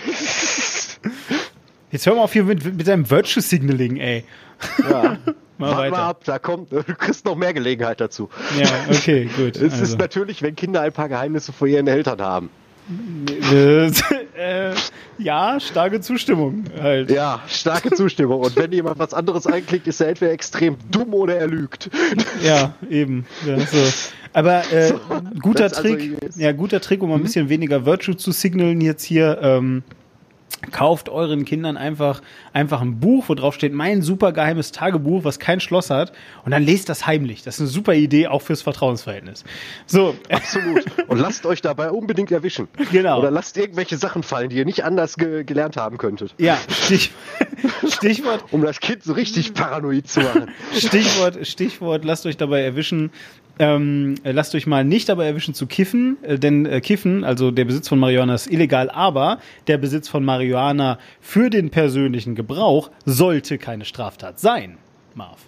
Jetzt hör mal auf hier mit, mit deinem Virtue Signaling, ey. Ja. Mal Wart weiter. mal ab, da kommt, du kriegst noch mehr Gelegenheit dazu. Ja, okay, gut. Es also. ist natürlich, wenn Kinder ein paar Geheimnisse vor ihren Eltern haben. Äh, äh, ja, starke Zustimmung halt. Ja, starke Zustimmung. Und wenn jemand was anderes einklickt, ist er entweder extrem dumm oder er lügt. Ja, eben. Ja, so. Aber äh, So, guter wenn's also Trick, ist. ja, guter Trick, um ein bisschen weniger Virtue zu signalen jetzt hier. Ähm, kauft euren Kindern einfach, einfach ein Buch, wo drauf steht, mein super geheimes Tagebuch, was kein Schloss hat, und dann lest das heimlich. Das ist eine super Idee, auch fürs Vertrauensverhältnis. So. Absolut. Und lasst euch dabei unbedingt erwischen. Genau. Oder lasst irgendwelche Sachen fallen, die ihr nicht anders ge gelernt haben könntet. Ja, Stich, Stichwort, Um das Kind so richtig paranoid zu machen. Stichwort, Stichwort, lasst euch dabei erwischen, ähm, äh, lasst euch mal nicht dabei erwischen zu kiffen, äh, denn äh, Kiffen, also der Besitz von Marihuana ist illegal, aber der Besitz von Marihuana für den persönlichen Gebrauch sollte keine Straftat sein, Marv.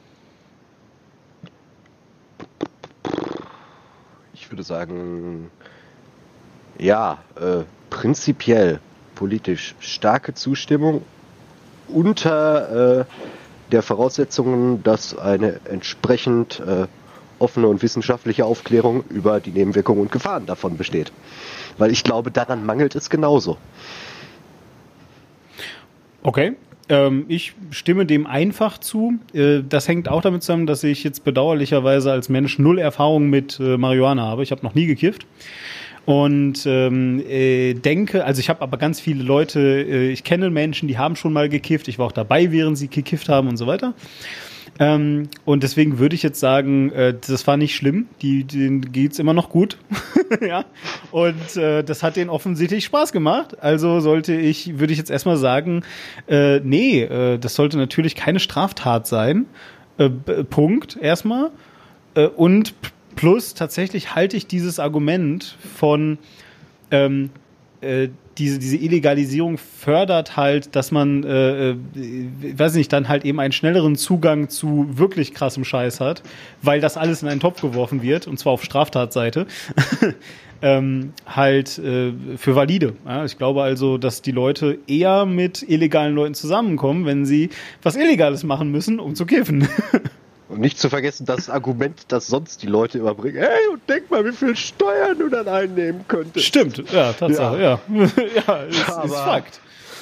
Ich würde sagen, ja, äh, prinzipiell politisch starke Zustimmung unter äh, der Voraussetzungen, dass eine entsprechend äh, offene und wissenschaftliche Aufklärung über die Nebenwirkungen und Gefahren davon besteht. Weil ich glaube, daran mangelt es genauso. Okay. Ähm, ich stimme dem einfach zu. Äh, das hängt auch damit zusammen, dass ich jetzt bedauerlicherweise als Mensch null Erfahrung mit äh, Marihuana habe. Ich habe noch nie gekifft. Und ähm, äh, denke, also ich habe aber ganz viele Leute, äh, ich kenne Menschen, die haben schon mal gekifft. Ich war auch dabei, während sie gekifft haben und so weiter. Ähm, und deswegen würde ich jetzt sagen, äh, das war nicht schlimm, die, denen geht's immer noch gut. Ja. Und äh, das hat denen offensichtlich Spaß gemacht. Also sollte ich, würde ich jetzt erstmal sagen, äh, nee, äh, das sollte natürlich keine Straftat sein. Äh, b- Punkt, erstmal. Äh, und plus tatsächlich halte ich dieses Argument von ähm, äh, diese, diese Illegalisierung fördert halt, dass man, äh, ich weiß nicht, dann halt eben einen schnelleren Zugang zu wirklich krassem Scheiß hat, weil das alles in einen Topf geworfen wird, und zwar auf Straftatseite, ähm, halt äh, für valide. Ja, ich glaube also, dass die Leute eher mit illegalen Leuten zusammenkommen, wenn sie was Illegales machen müssen, um zu kiffen. Und nicht zu vergessen, das Argument, das sonst die Leute immer bringen. Hey, und denk mal, wie viel Steuern du dann einnehmen könntest. Stimmt, ja, Tatsache, ja. Ja, ja ist, Aber- ist Fakt.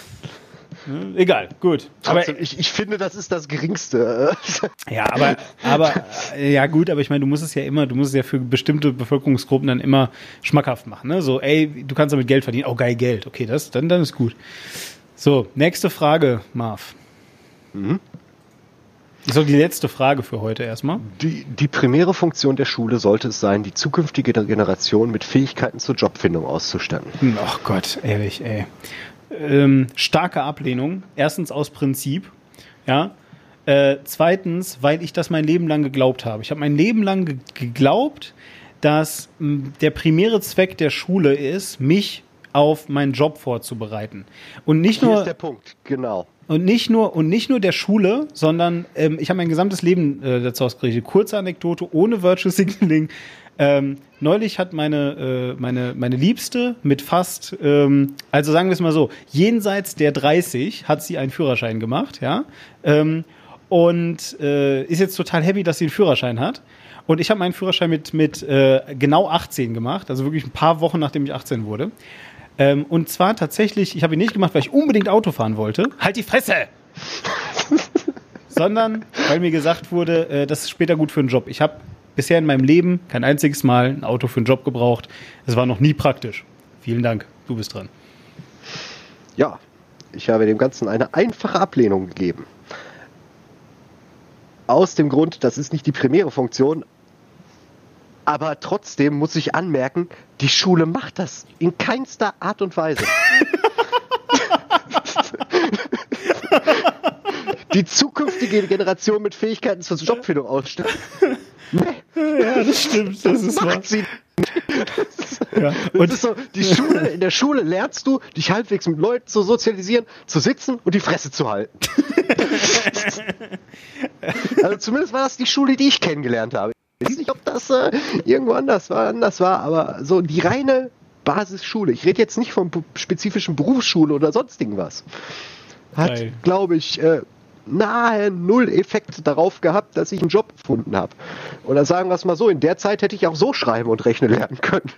Ja, egal, gut. Aber, Trotzdem, ich, ich finde, das ist das Geringste. ja, aber, aber, äh, ja gut, aber ich meine, du musst es ja immer, du musst es ja für bestimmte Bevölkerungsgruppen dann immer schmackhaft machen, ne? So, ey, du kannst damit Geld verdienen. Oh, geil, Geld. Okay, das, dann, dann ist gut. So, nächste Frage, Marv. Mhm. Ist doch die letzte Frage für heute erstmal. Die, die primäre Funktion der Schule sollte es sein, die zukünftige Generation mit Fähigkeiten zur Jobfindung auszustatten. Hm, Ach Gott, ehrlich, ey. Ähm, starke Ablehnung. Erstens aus Prinzip, ja. Äh, zweitens, weil ich das mein Leben lang geglaubt habe. Ich habe mein Leben lang ge- geglaubt, dass mh, der primäre Zweck der Schule ist, mich auf meinen Job vorzubereiten. Und nicht Hier nur ist der Punkt, genau. und nicht nur und nicht nur der Schule, sondern ähm, ich habe mein gesamtes Leben äh, dazu ausgerichtet. Kurze Anekdote ohne Virtual Signaling. Ähm, neulich hat meine äh, meine meine Liebste mit fast, ähm, also sagen wir es mal so, jenseits der dreißig hat sie einen Führerschein gemacht, ja, ähm, und äh, ist jetzt total happy, dass sie einen Führerschein hat. Und ich habe meinen Führerschein mit mit äh, genau achtzehn gemacht, also wirklich ein paar Wochen nachdem ich achtzehn wurde. Ähm, und zwar tatsächlich, ich habe ihn nicht gemacht, weil ich unbedingt Auto fahren wollte. Halt die Fresse! Sondern weil mir gesagt wurde, äh, das ist später gut für einen Job. Ich habe bisher in meinem Leben kein einziges Mal ein Auto für einen Job gebraucht. Es war noch nie praktisch. Vielen Dank. Du bist dran. Ja, ich habe dem Ganzen eine einfache Ablehnung gegeben. Aus dem Grund, das ist nicht die primäre Funktion, aber trotzdem muss ich anmerken, die Schule macht das in keinster Art und Weise. Die zukünftige Generation mit Fähigkeiten zur Jobfindung ausstatten. Nee. Ja, das stimmt. Das ist wahr. Macht sie Ja. Und Und das ist so, die Schule, in der Schule lernst du, dich halbwegs mit Leuten zu sozialisieren, zu sitzen und die Fresse zu halten. Also zumindest war das die Schule, die ich kennengelernt habe. Ich weiß nicht, ob das äh, irgendwo anders war, anders war, aber so die reine Basisschule. Ich rede jetzt nicht von bu- spezifischen Berufsschule oder sonstigen was. Hat, Geil. glaube ich, äh, nahe null Effekt darauf gehabt, dass ich einen Job gefunden habe. Oder sagen wir es mal so, in der Zeit hätte ich auch so schreiben und rechnen lernen können.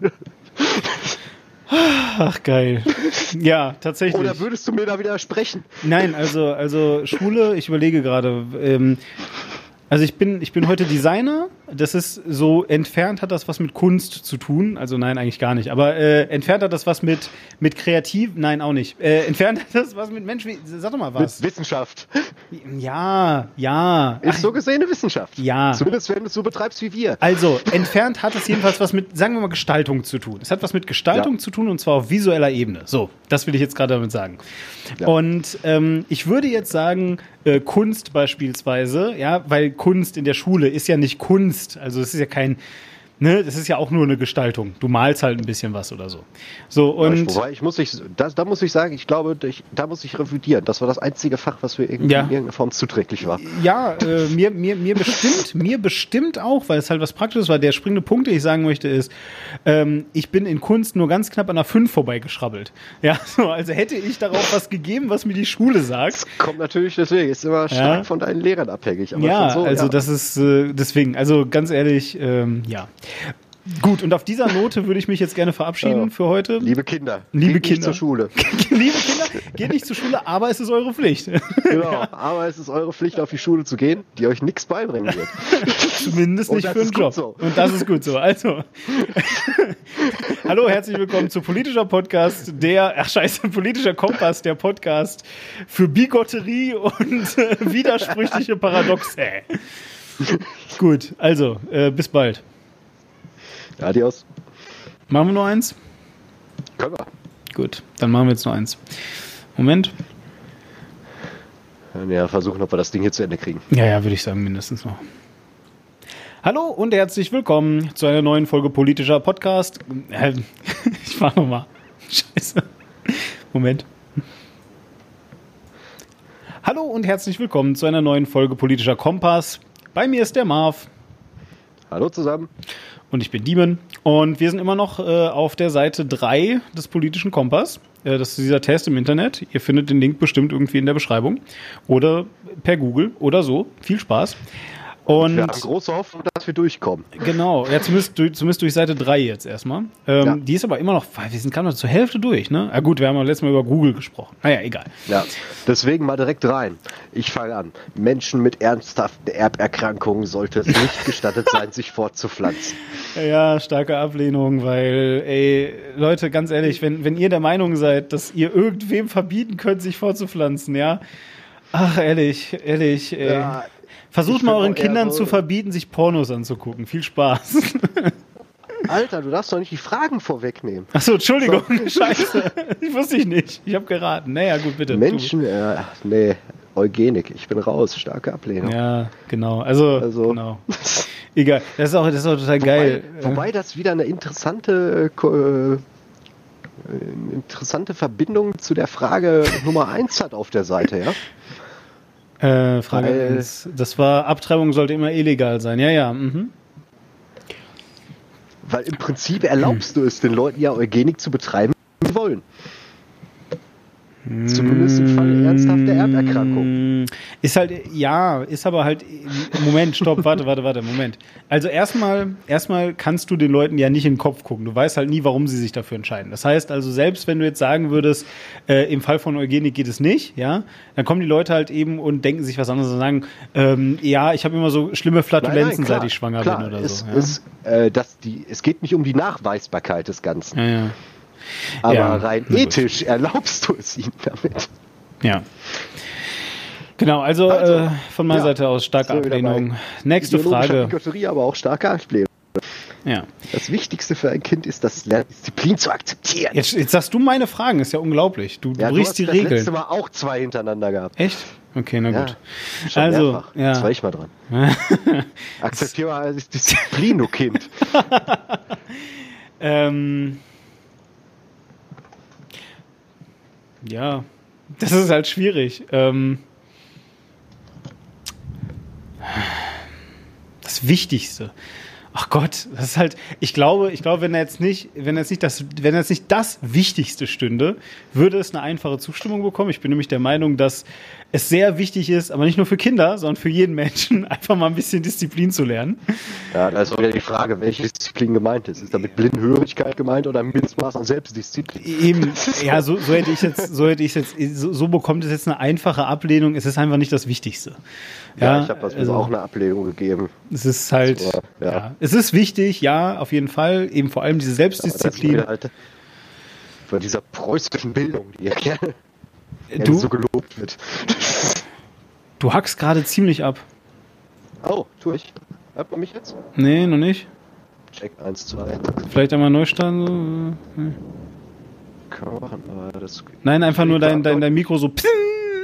ach, geil. Ja, tatsächlich. Oder würdest du mir da widersprechen? Nein, also, also Schule, ich überlege gerade, ähm, also ich bin, ich bin heute Designer, das ist so, entfernt hat das was mit Kunst zu tun, also nein, eigentlich gar nicht, aber äh, entfernt hat das was mit, mit Kreativ, nein, auch nicht, äh, entfernt hat das was mit Mensch, wie, sag doch mal was. Mit Wissenschaft. Ja, ja. Ist so gesehen eine Wissenschaft. Ja. Zumindest wenn du es so betreibst wie wir. Also, entfernt hat es jedenfalls was mit, sagen wir mal, Gestaltung zu tun. Es hat was mit Gestaltung Ja. zu tun und zwar auf visueller Ebene. So, das will ich jetzt gerade damit sagen. Ja. Und ähm, ich würde jetzt sagen, äh, Kunst beispielsweise, ja, weil Kunst in der Schule ist ja nicht Kunst, also es ist ja kein, ne, das ist ja auch nur eine Gestaltung. Du malst halt ein bisschen was oder so. So, und Wobei, ich muss ich, das, da muss ich sagen, ich glaube, ich, da muss ich revidieren. Das war das einzige Fach, was mir irgendwie Ja. in irgendeiner Form zuträglich war. ja, äh, mir, mir, mir bestimmt, mir bestimmt auch, weil es halt was Praktisches war. Der springende Punkt, den ich sagen möchte, ist, ähm, ich bin in Kunst nur ganz knapp an der fünf vorbeigeschrabbelt. Ja, so, also hätte ich darauf was gegeben, was mir die Schule sagt. Das kommt natürlich deswegen, ist immer stark Ja. von deinen Lehrern abhängig. Aber Ja, schon so, also ja. das ist äh, deswegen, also ganz ehrlich, ähm, ja. Gut, und auf dieser Note würde ich mich jetzt gerne verabschieden Ja. für heute. Liebe Kinder, Liebe geht nicht Kinder. zur Schule. Liebe Kinder, geht nicht zur Schule, aber es ist eure Pflicht. Genau, aber es ist eure Pflicht, auf die Schule zu gehen, die euch nichts beibringen wird. Zumindest Und nicht das für einen ist gut Job. so. Und das ist gut so. Also, hallo, herzlich willkommen zu Politischer Podcast, der, ach scheiße, Politischer Kompass, der Podcast für Bigotterie und äh, widersprüchliche Paradoxe. Gut, also, äh, bis bald. Adios. Machen wir nur eins? Können wir. Gut, dann machen wir jetzt nur eins. Moment. Ja, versuchen, ob wir das Ding hier zu Ende kriegen. Ja, ja, würde ich sagen, mindestens noch. Hallo und herzlich willkommen zu einer neuen Folge Politischer Podcast. Äh, ich mach nochmal. Scheiße. Moment. Hallo und herzlich willkommen zu einer neuen Folge Politischer Kompass. Bei mir ist der Marv. Hallo zusammen. Und ich bin Diemen. Und wir sind immer noch äh, auf der Seite drei des Politischen Kompass. Äh, das ist dieser Test im Internet. Ihr findet den Link bestimmt irgendwie in der Beschreibung. Oder per Google oder so. Viel Spaß. Und Wir haben große Hoffnung, dass wir durchkommen. genau, ja, zumindest, durch- zumindest durch Seite drei jetzt erstmal. Ähm, Ja. Die ist aber immer noch, wir sind gerade noch zur Hälfte durch, ne? Ja gut, wir haben auch letztes Mal über Google gesprochen. Naja, egal. Ja, deswegen mal direkt rein. Ich fange an. Menschen mit ernsthaften Erberkrankungen sollte es nicht gestattet sein, sich fortzupflanzen. Ja, starke Ablehnung, weil, ey, Leute, ganz ehrlich, wenn, wenn ihr der Meinung seid, dass ihr irgendwem verbieten könnt, sich vorzupflanzen, ja? Ach, ehrlich, ehrlich, ey. Ja, Versucht ich mal find euren auch eher Kindern so- zu verbieten, sich Pornos anzugucken. Viel Spaß. Alter, du darfst doch nicht die Fragen vorwegnehmen. Achso, Entschuldigung, scheiße. Ich wusste ich nicht. Ich habe geraten. Naja, gut, bitte. Menschen, äh, nee, Eugenik, ich bin raus, starke Ablehnung. Du. Ja, genau. Also, Also- genau. Egal. Das ist auch, das ist auch total geil. Wobei, wobei das wieder eine interessante, äh, ko- äh, eine interessante Verbindung zu der Frage Nummer eins hat auf der Seite, ja? Äh, Frage Weil- eins. Das war, Abtreibung sollte immer illegal sein. Ja, ja. Mhm. Weil im Prinzip erlaubst du es den Leuten ja, Eugenik zu betreiben, wie sie wollen. Zumindest im Fall ernsthafter Erberkrankung. Ist halt, ja, ist aber halt, Moment, stopp, warte, warte, warte, Moment. Also erstmal, erstmal kannst du den Leuten ja nicht in den Kopf gucken. Du weißt halt nie, warum sie sich dafür entscheiden. Das heißt also, selbst wenn du jetzt sagen würdest, äh, im Fall von Eugenik geht es nicht, ja, dann kommen die Leute halt eben und denken sich was anderes und sagen, ähm, ja, ich habe immer so schlimme Flatulenzen, klar, seit ich schwanger klar, bin oder es, so. Ja. Es, äh, das, die, es geht nicht um die Nachweisbarkeit des Ganzen. ja, ja. Aber Ja, rein na gut. ethisch erlaubst du es ihnen damit. Ja. Genau, also, Also, äh, von meiner ja, Seite aus starke sind wir wieder Ablehnung. bei Nächste Ideologischer Frage. Bigotterie, aber auch starke Ablehnung. Ja. Das Wichtigste für ein Kind ist, das Lernen, Disziplin zu akzeptieren. Jetzt, jetzt sagst du meine Fragen, ist ja unglaublich. Du, du ja, du brichst hast die das Regeln. letzte Mal auch zwei hintereinander gehabt. Echt? Okay, na gut. Ja, schon also, mehrfach. ja. Jetzt war ich mal dran. Akzeptiere mal als Disziplin, du Kind. ähm, ja, das ist halt schwierig. Ähm, das Wichtigste. Ach Gott, das ist halt, ich glaube, ich glaube, wenn er jetzt nicht, wenn er jetzt nicht das, wenn er jetzt nicht das Wichtigste stünde, würde es eine einfache Zustimmung bekommen. Ich bin nämlich der Meinung, dass es sehr wichtig ist, aber nicht nur für Kinder, sondern für jeden Menschen, einfach mal ein bisschen Disziplin zu lernen. Ja, da ist auch wieder die Frage, welche Disziplin gemeint ist. Ist damit Blindenhörigkeit gemeint oder ein Mindestmaß an Selbstdisziplin? Eben, ja, so, so hätte ich jetzt, so hätte ich jetzt, so, so bekommt es jetzt eine einfache Ablehnung. Es ist einfach nicht das Wichtigste. Ja, Ja, ich habe das also, auch eine Ablehnung gegeben. Es ist halt, So, ja. ja. es ist wichtig, ja, auf jeden Fall. Eben vor allem diese Selbstdisziplin. Aber das ist wieder halt von dieser preußischen Bildung, die ja gerne Du, so gelobt wird. du hackst gerade ziemlich ab. Oh, tue ich. Hört man mich jetzt? Nee, noch nicht. Check eins, zwei. Vielleicht einmal neu starten. So. Nee. Kann man machen, aber das... Nein, einfach nur dein, dein, dein Mikro so. Psing.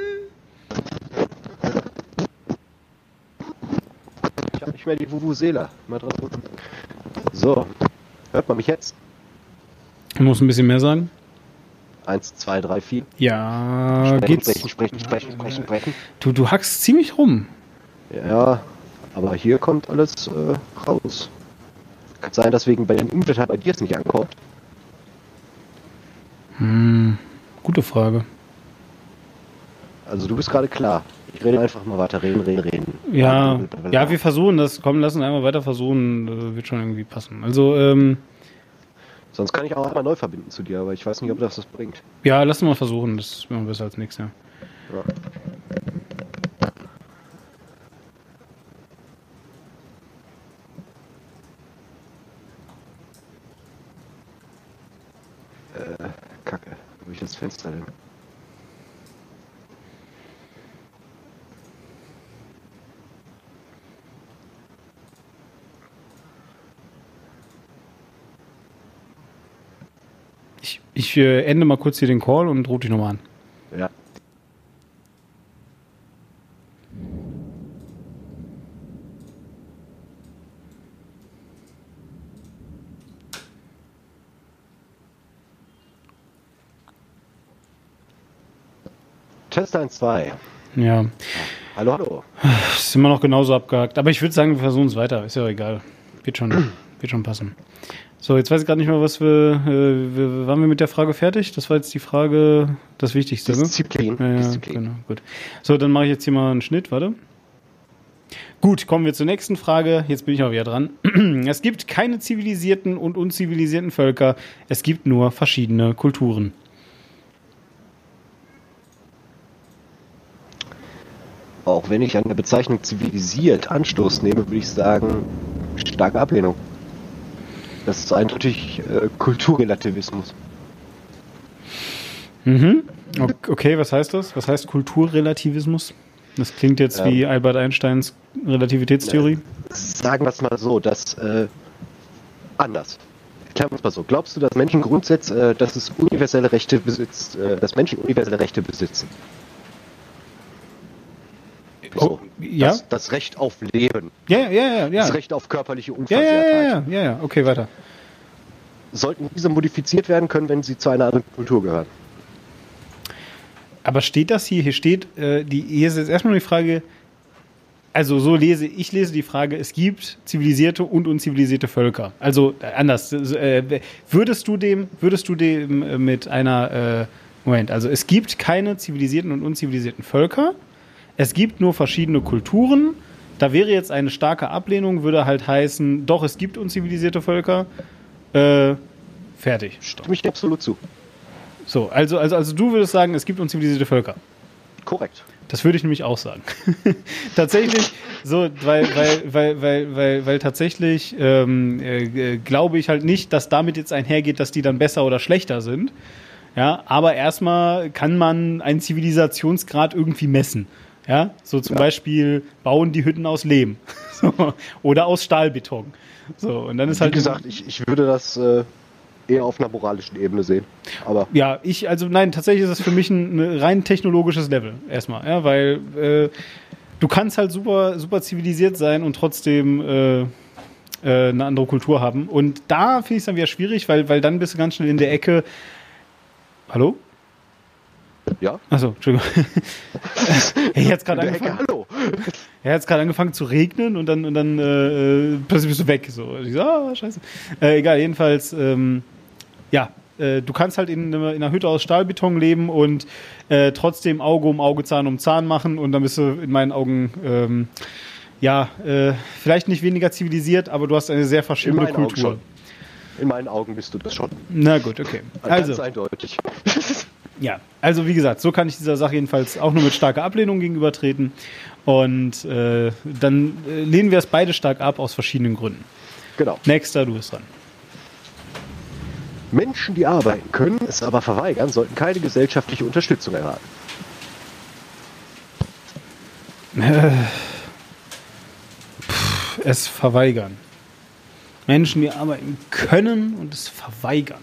Ich habe nicht mehr die Vuvuzela. Mal dran drücken. So. Hört man mich jetzt? Du musst ein bisschen mehr sagen. Eins, zwei, drei, vier. Ja, Sprechen, geht's. sprechen, sprechen, sprechen, sprechen, sprechen. Du, du hackst ziemlich rum. Ja, aber hier kommt alles äh, raus. Kann sein, dass wegen bei den Umständen bei dir es nicht ankommt. Hm, gute Frage. Also du bist gerade klar. Ich rede einfach mal weiter. Reden, reden, reden. Ja, ja, wir versuchen das. Komm, lass uns einmal weiter versuchen. Das wird schon irgendwie passen. Also, ähm, Sonst kann ich auch einmal neu verbinden zu dir, aber ich weiß nicht, ob das das bringt. ja, lass uns mal versuchen. Das ist immer besser als nichts, ja. Ja. Äh, Kacke. Wo ich das Fenster denn? Ich, ich äh, ende mal kurz hier den Call und rufe dich nochmal an. Ja. Test eins, zwei. Ja, Hallo, hallo. ist immer noch genauso abgehakt. Aber ich würde sagen, wir versuchen es weiter. Ist ja egal. Wird schon, wird schon passen. So, jetzt weiß ich gerade nicht mehr, was wir, äh, wir. Waren wir mit der Frage fertig? Das war jetzt die Frage, das Wichtigste, ne? Disziplin. Ja, ja, Disziplin. genau, gut. So, dann mache ich jetzt hier mal einen Schnitt, warte. Gut, kommen wir zur nächsten Frage. Jetzt bin ich auch wieder dran. Es gibt keine zivilisierten und unzivilisierten Völker. Es gibt nur verschiedene Kulturen. Auch wenn ich an der Bezeichnung zivilisiert Anstoß nehme, würde ich sagen, starke Ablehnung. Das ist eindeutig äh, Kulturrelativismus. Mhm. Okay, was heißt das? Was heißt Kulturrelativismus? Das klingt jetzt Ähm, wie Albert Einsteins Relativitätstheorie. Sagen wir es mal so, dass äh, anders. Klären wir es mal so. Glaubst du, dass Menschen Grundsätze, äh, dass es universelle Rechte besitzt, äh, dass Menschen universelle Rechte besitzen? So, Oh, ja? das, das Recht auf Leben, Ja, ja, ja, ja. das Recht auf körperliche Ja, ja, Unversehrtheit. ja, ja, ja, okay, weiter. Sollten diese modifiziert werden können, wenn sie zu einer anderen Kultur gehören? Aber steht das hier? Hier steht, äh, die, hier ist jetzt erstmal die Frage, also so lese, ich lese die Frage, es gibt zivilisierte und unzivilisierte Völker. Also äh, anders, äh, würdest du dem, würdest du dem äh, mit einer, äh, Moment, also es gibt keine zivilisierten und unzivilisierten Völker, es gibt nur verschiedene Kulturen, da wäre jetzt eine starke Ablehnung, würde halt heißen, doch, es gibt unzivilisierte Völker, äh, fertig. Stopp. Stimme ich dir absolut zu. So, also, also, also du würdest sagen, es gibt unzivilisierte Völker. Korrekt. Das würde ich nämlich auch sagen. Tatsächlich, so, weil, weil, weil, weil, weil, weil tatsächlich ähm, äh, glaube ich halt nicht, dass damit jetzt einhergeht, dass die dann besser oder schlechter sind. Ja, aber erstmal kann man einen Zivilisationsgrad irgendwie messen. Ja, so zum Ja. Beispiel bauen die Hütten aus Lehm so, oder aus Stahlbeton. So, und dann ist Wie halt gesagt, ich, ich würde das äh, eher auf einer moralischen Ebene sehen. Aber ja, ich, also nein, tatsächlich ist das für mich ein, ein rein technologisches Level erstmal, ja, weil äh, du kannst halt super, super zivilisiert sein und trotzdem äh, äh, eine andere Kultur haben. Und da finde ich es dann wieder schwierig, weil, weil dann bist du ganz schnell in der Ecke. Hallo? ja. Achso, Entschuldigung. Hey, jetzt gerade In der Ecke, angefangen. hallo. Er hat gerade angefangen zu regnen und dann, und dann äh, plötzlich bist du weg. So. Und ich so, ah, scheiße. Äh, egal, jedenfalls, ähm, ja, äh, du kannst halt in, in einer Hütte aus Stahlbeton leben und äh, trotzdem Auge um Auge, Zahn um Zahn machen und dann bist du in meinen Augen, ähm, ja, äh, vielleicht nicht weniger zivilisiert, aber du hast eine sehr verschiedene In meinen Augen Kultur. schon. In meinen Augen bist du das schon. Na gut, okay. Ganz Also, eindeutig. ja, also wie gesagt, so kann ich dieser Sache jedenfalls auch nur mit starker Ablehnung gegenübertreten. Und äh, dann äh, lehnen wir es beide stark ab aus verschiedenen Gründen. Genau. Nächster, du bist dran. Menschen, die arbeiten können, es aber verweigern, sollten keine gesellschaftliche Unterstützung erhalten. Es verweigern. Menschen, die arbeiten können und es verweigern.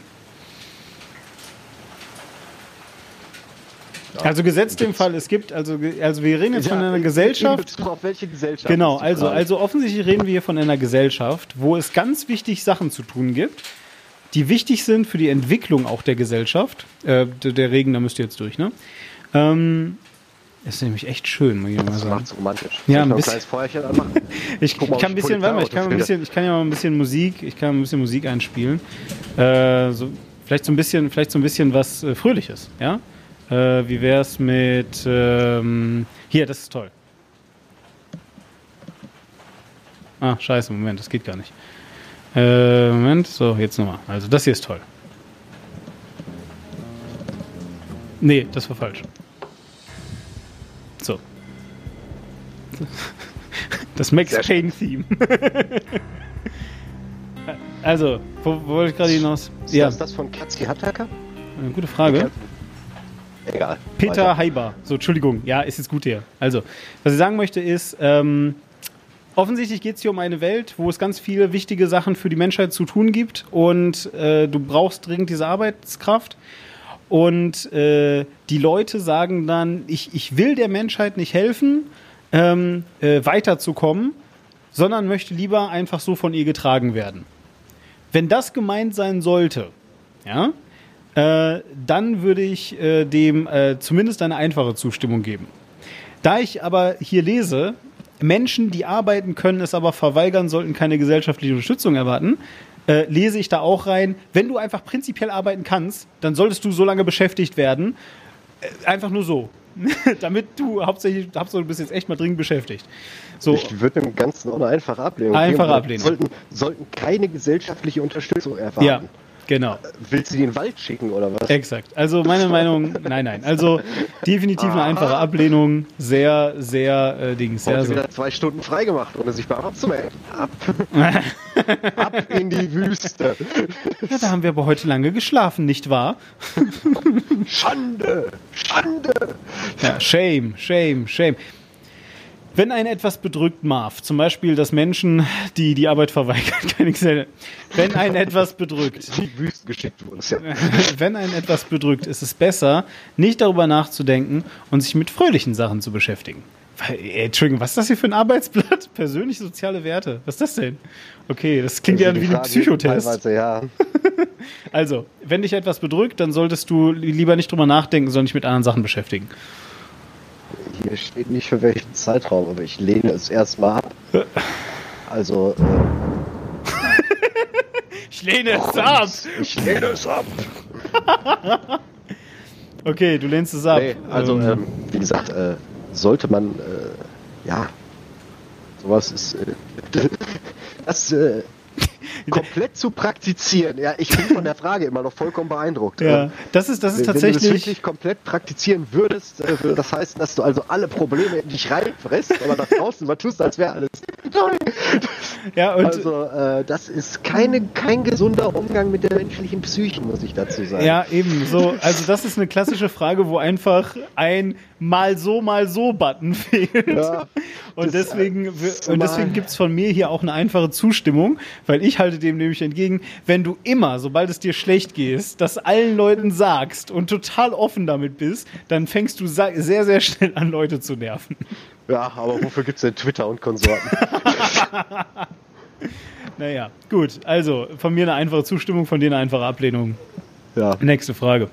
Also gesetzt dem Fall, es gibt, also, also wir reden jetzt von einer Gesellschaft. Auf welche Gesellschaft? Genau, ist die also, Frage. also offensichtlich reden wir hier von einer Gesellschaft, wo es ganz wichtig Sachen zu tun gibt, die wichtig sind für die Entwicklung auch der Gesellschaft. Äh, der, der Regen, da müsst ihr jetzt durch, ne? Ähm, ist nämlich echt schön, muss ich mal Das sagen. macht's romantisch. Ja, Soll ein ich noch ein bisschen. kleines Feuerchen anmachen? Ich, Guck mal, ich kann ein ob ich bisschen, warte mal, ich kann, mal ein Polizei bisschen, ich kann ja mal ein bisschen Musik, ich kann ein bisschen Musik einspielen. Äh, so, vielleicht so ein bisschen, vielleicht so ein bisschen was äh, Fröhliches, ja? Äh, wie wär's mit ähm, hier, das ist toll. Ah, scheiße, Moment, das geht gar nicht. Äh, Moment, so, jetzt nochmal. Also das hier ist toll. Nee, das war falsch. So. Das Max Sehr Payne Theme. Also, wo, wo wollte ich gerade hinaus? Ist Ja, das das von Katzi Hattaker? eine gute Frage. Egal. Peter Weiter. Heiber. So, Entschuldigung. Ja, ist jetzt gut hier. Also, was ich sagen möchte ist, ähm, offensichtlich geht es hier um eine Welt, wo es ganz viele wichtige Sachen für die Menschheit zu tun gibt und äh, du brauchst dringend diese Arbeitskraft. Und äh, die Leute sagen dann, ich, ich will der Menschheit nicht helfen, ähm, äh, weiterzukommen, sondern möchte lieber einfach so von ihr getragen werden. Wenn das gemeint sein sollte, ja, äh, dann würde ich äh, dem äh, zumindest eine einfache Zustimmung geben. Da ich aber hier lese, Menschen, die arbeiten können, es aber verweigern, sollten keine gesellschaftliche Unterstützung erwarten, äh, lese ich da auch rein, wenn du einfach prinzipiell arbeiten kannst, dann solltest du so lange beschäftigt werden, äh, einfach nur so. Damit du hauptsächlich, hauptsächlich du bist jetzt echt mal dringend beschäftigt. So, Ich würde dem Ganzen auch eine einfache Ablehnung Einfache geben. Ablehnung. Sollten, sollten keine gesellschaftliche Unterstützung erwarten. ja, genau. Willst du die in den Wald schicken oder was? Exakt. Also meine Meinung, nein, nein. Also definitiv eine einfache Ablehnung. Sehr, sehr äh, Dings. Sehr Heute so. wieder zwei Stunden freigemacht, ohne sich beim Arzt zu melden. Ab. Ab in die Wüste. Ja, da haben wir aber heute lange geschlafen, nicht wahr? Schande! Schande! Ja, shame, shame, shame. Wenn einen etwas bedrückt, Marv, zum Beispiel, dass Menschen, die die Arbeit verweigern, keine Gesellschaft, wenn einen etwas bedrückt, In die Wüste geschickt wurde. Ja. wenn einen etwas bedrückt, ist es besser, nicht darüber nachzudenken und sich mit fröhlichen Sachen zu beschäftigen. Weil, ey, Entschuldigung, was ist das hier für ein Arbeitsblatt? Persönliche soziale Werte. Was ist das denn? Okay, das klingt ja Also wie die ein Frage Psychotest. Teilweise, ja. Also, wenn dich etwas bedrückt, dann solltest du lieber nicht drüber nachdenken, sondern dich mit anderen Sachen beschäftigen. Hier steht nicht für welchen Zeitraum, aber ich lehne es erstmal ab. Also, äh, Ich lehne es ab. ich lehne es ab. Okay, du lehnst es ab. Nee, also, Ähm, ähm, wie gesagt, äh, sollte man, äh, ja, sowas ist, äh, das, äh, komplett zu praktizieren. Ja, ich bin von der Frage immer noch vollkommen beeindruckt. ja, Ähm, das ist, das ist Wenn du das tatsächlich. wirklich komplett praktizieren würdest, äh, würde das heißen, dass du also alle Probleme in dich reinfresst, aber nach draußen mal tust, als wäre alles toll. Ja, und Also, äh, das ist keine, kein gesunder Umgang mit der menschlichen Psyche, muss ich dazu sagen. ja, eben so. Also das ist eine klassische Frage, wo einfach ein mal so, mal so Button fehlt. Ja. Und deswegen, und deswegen gibt's von mir hier auch eine einfache Zustimmung, weil ich halte dem nämlich entgegen, wenn du immer, sobald es dir schlecht geht, das allen Leuten sagst und total offen damit bist, dann fängst du sehr, sehr schnell an, Leute zu nerven. Ja, aber wofür gibt's denn Twitter und Konsorten? Naja, gut. Also, von mir eine einfache Zustimmung, von dir eine einfache Ablehnung. Ja. Nächste Frage.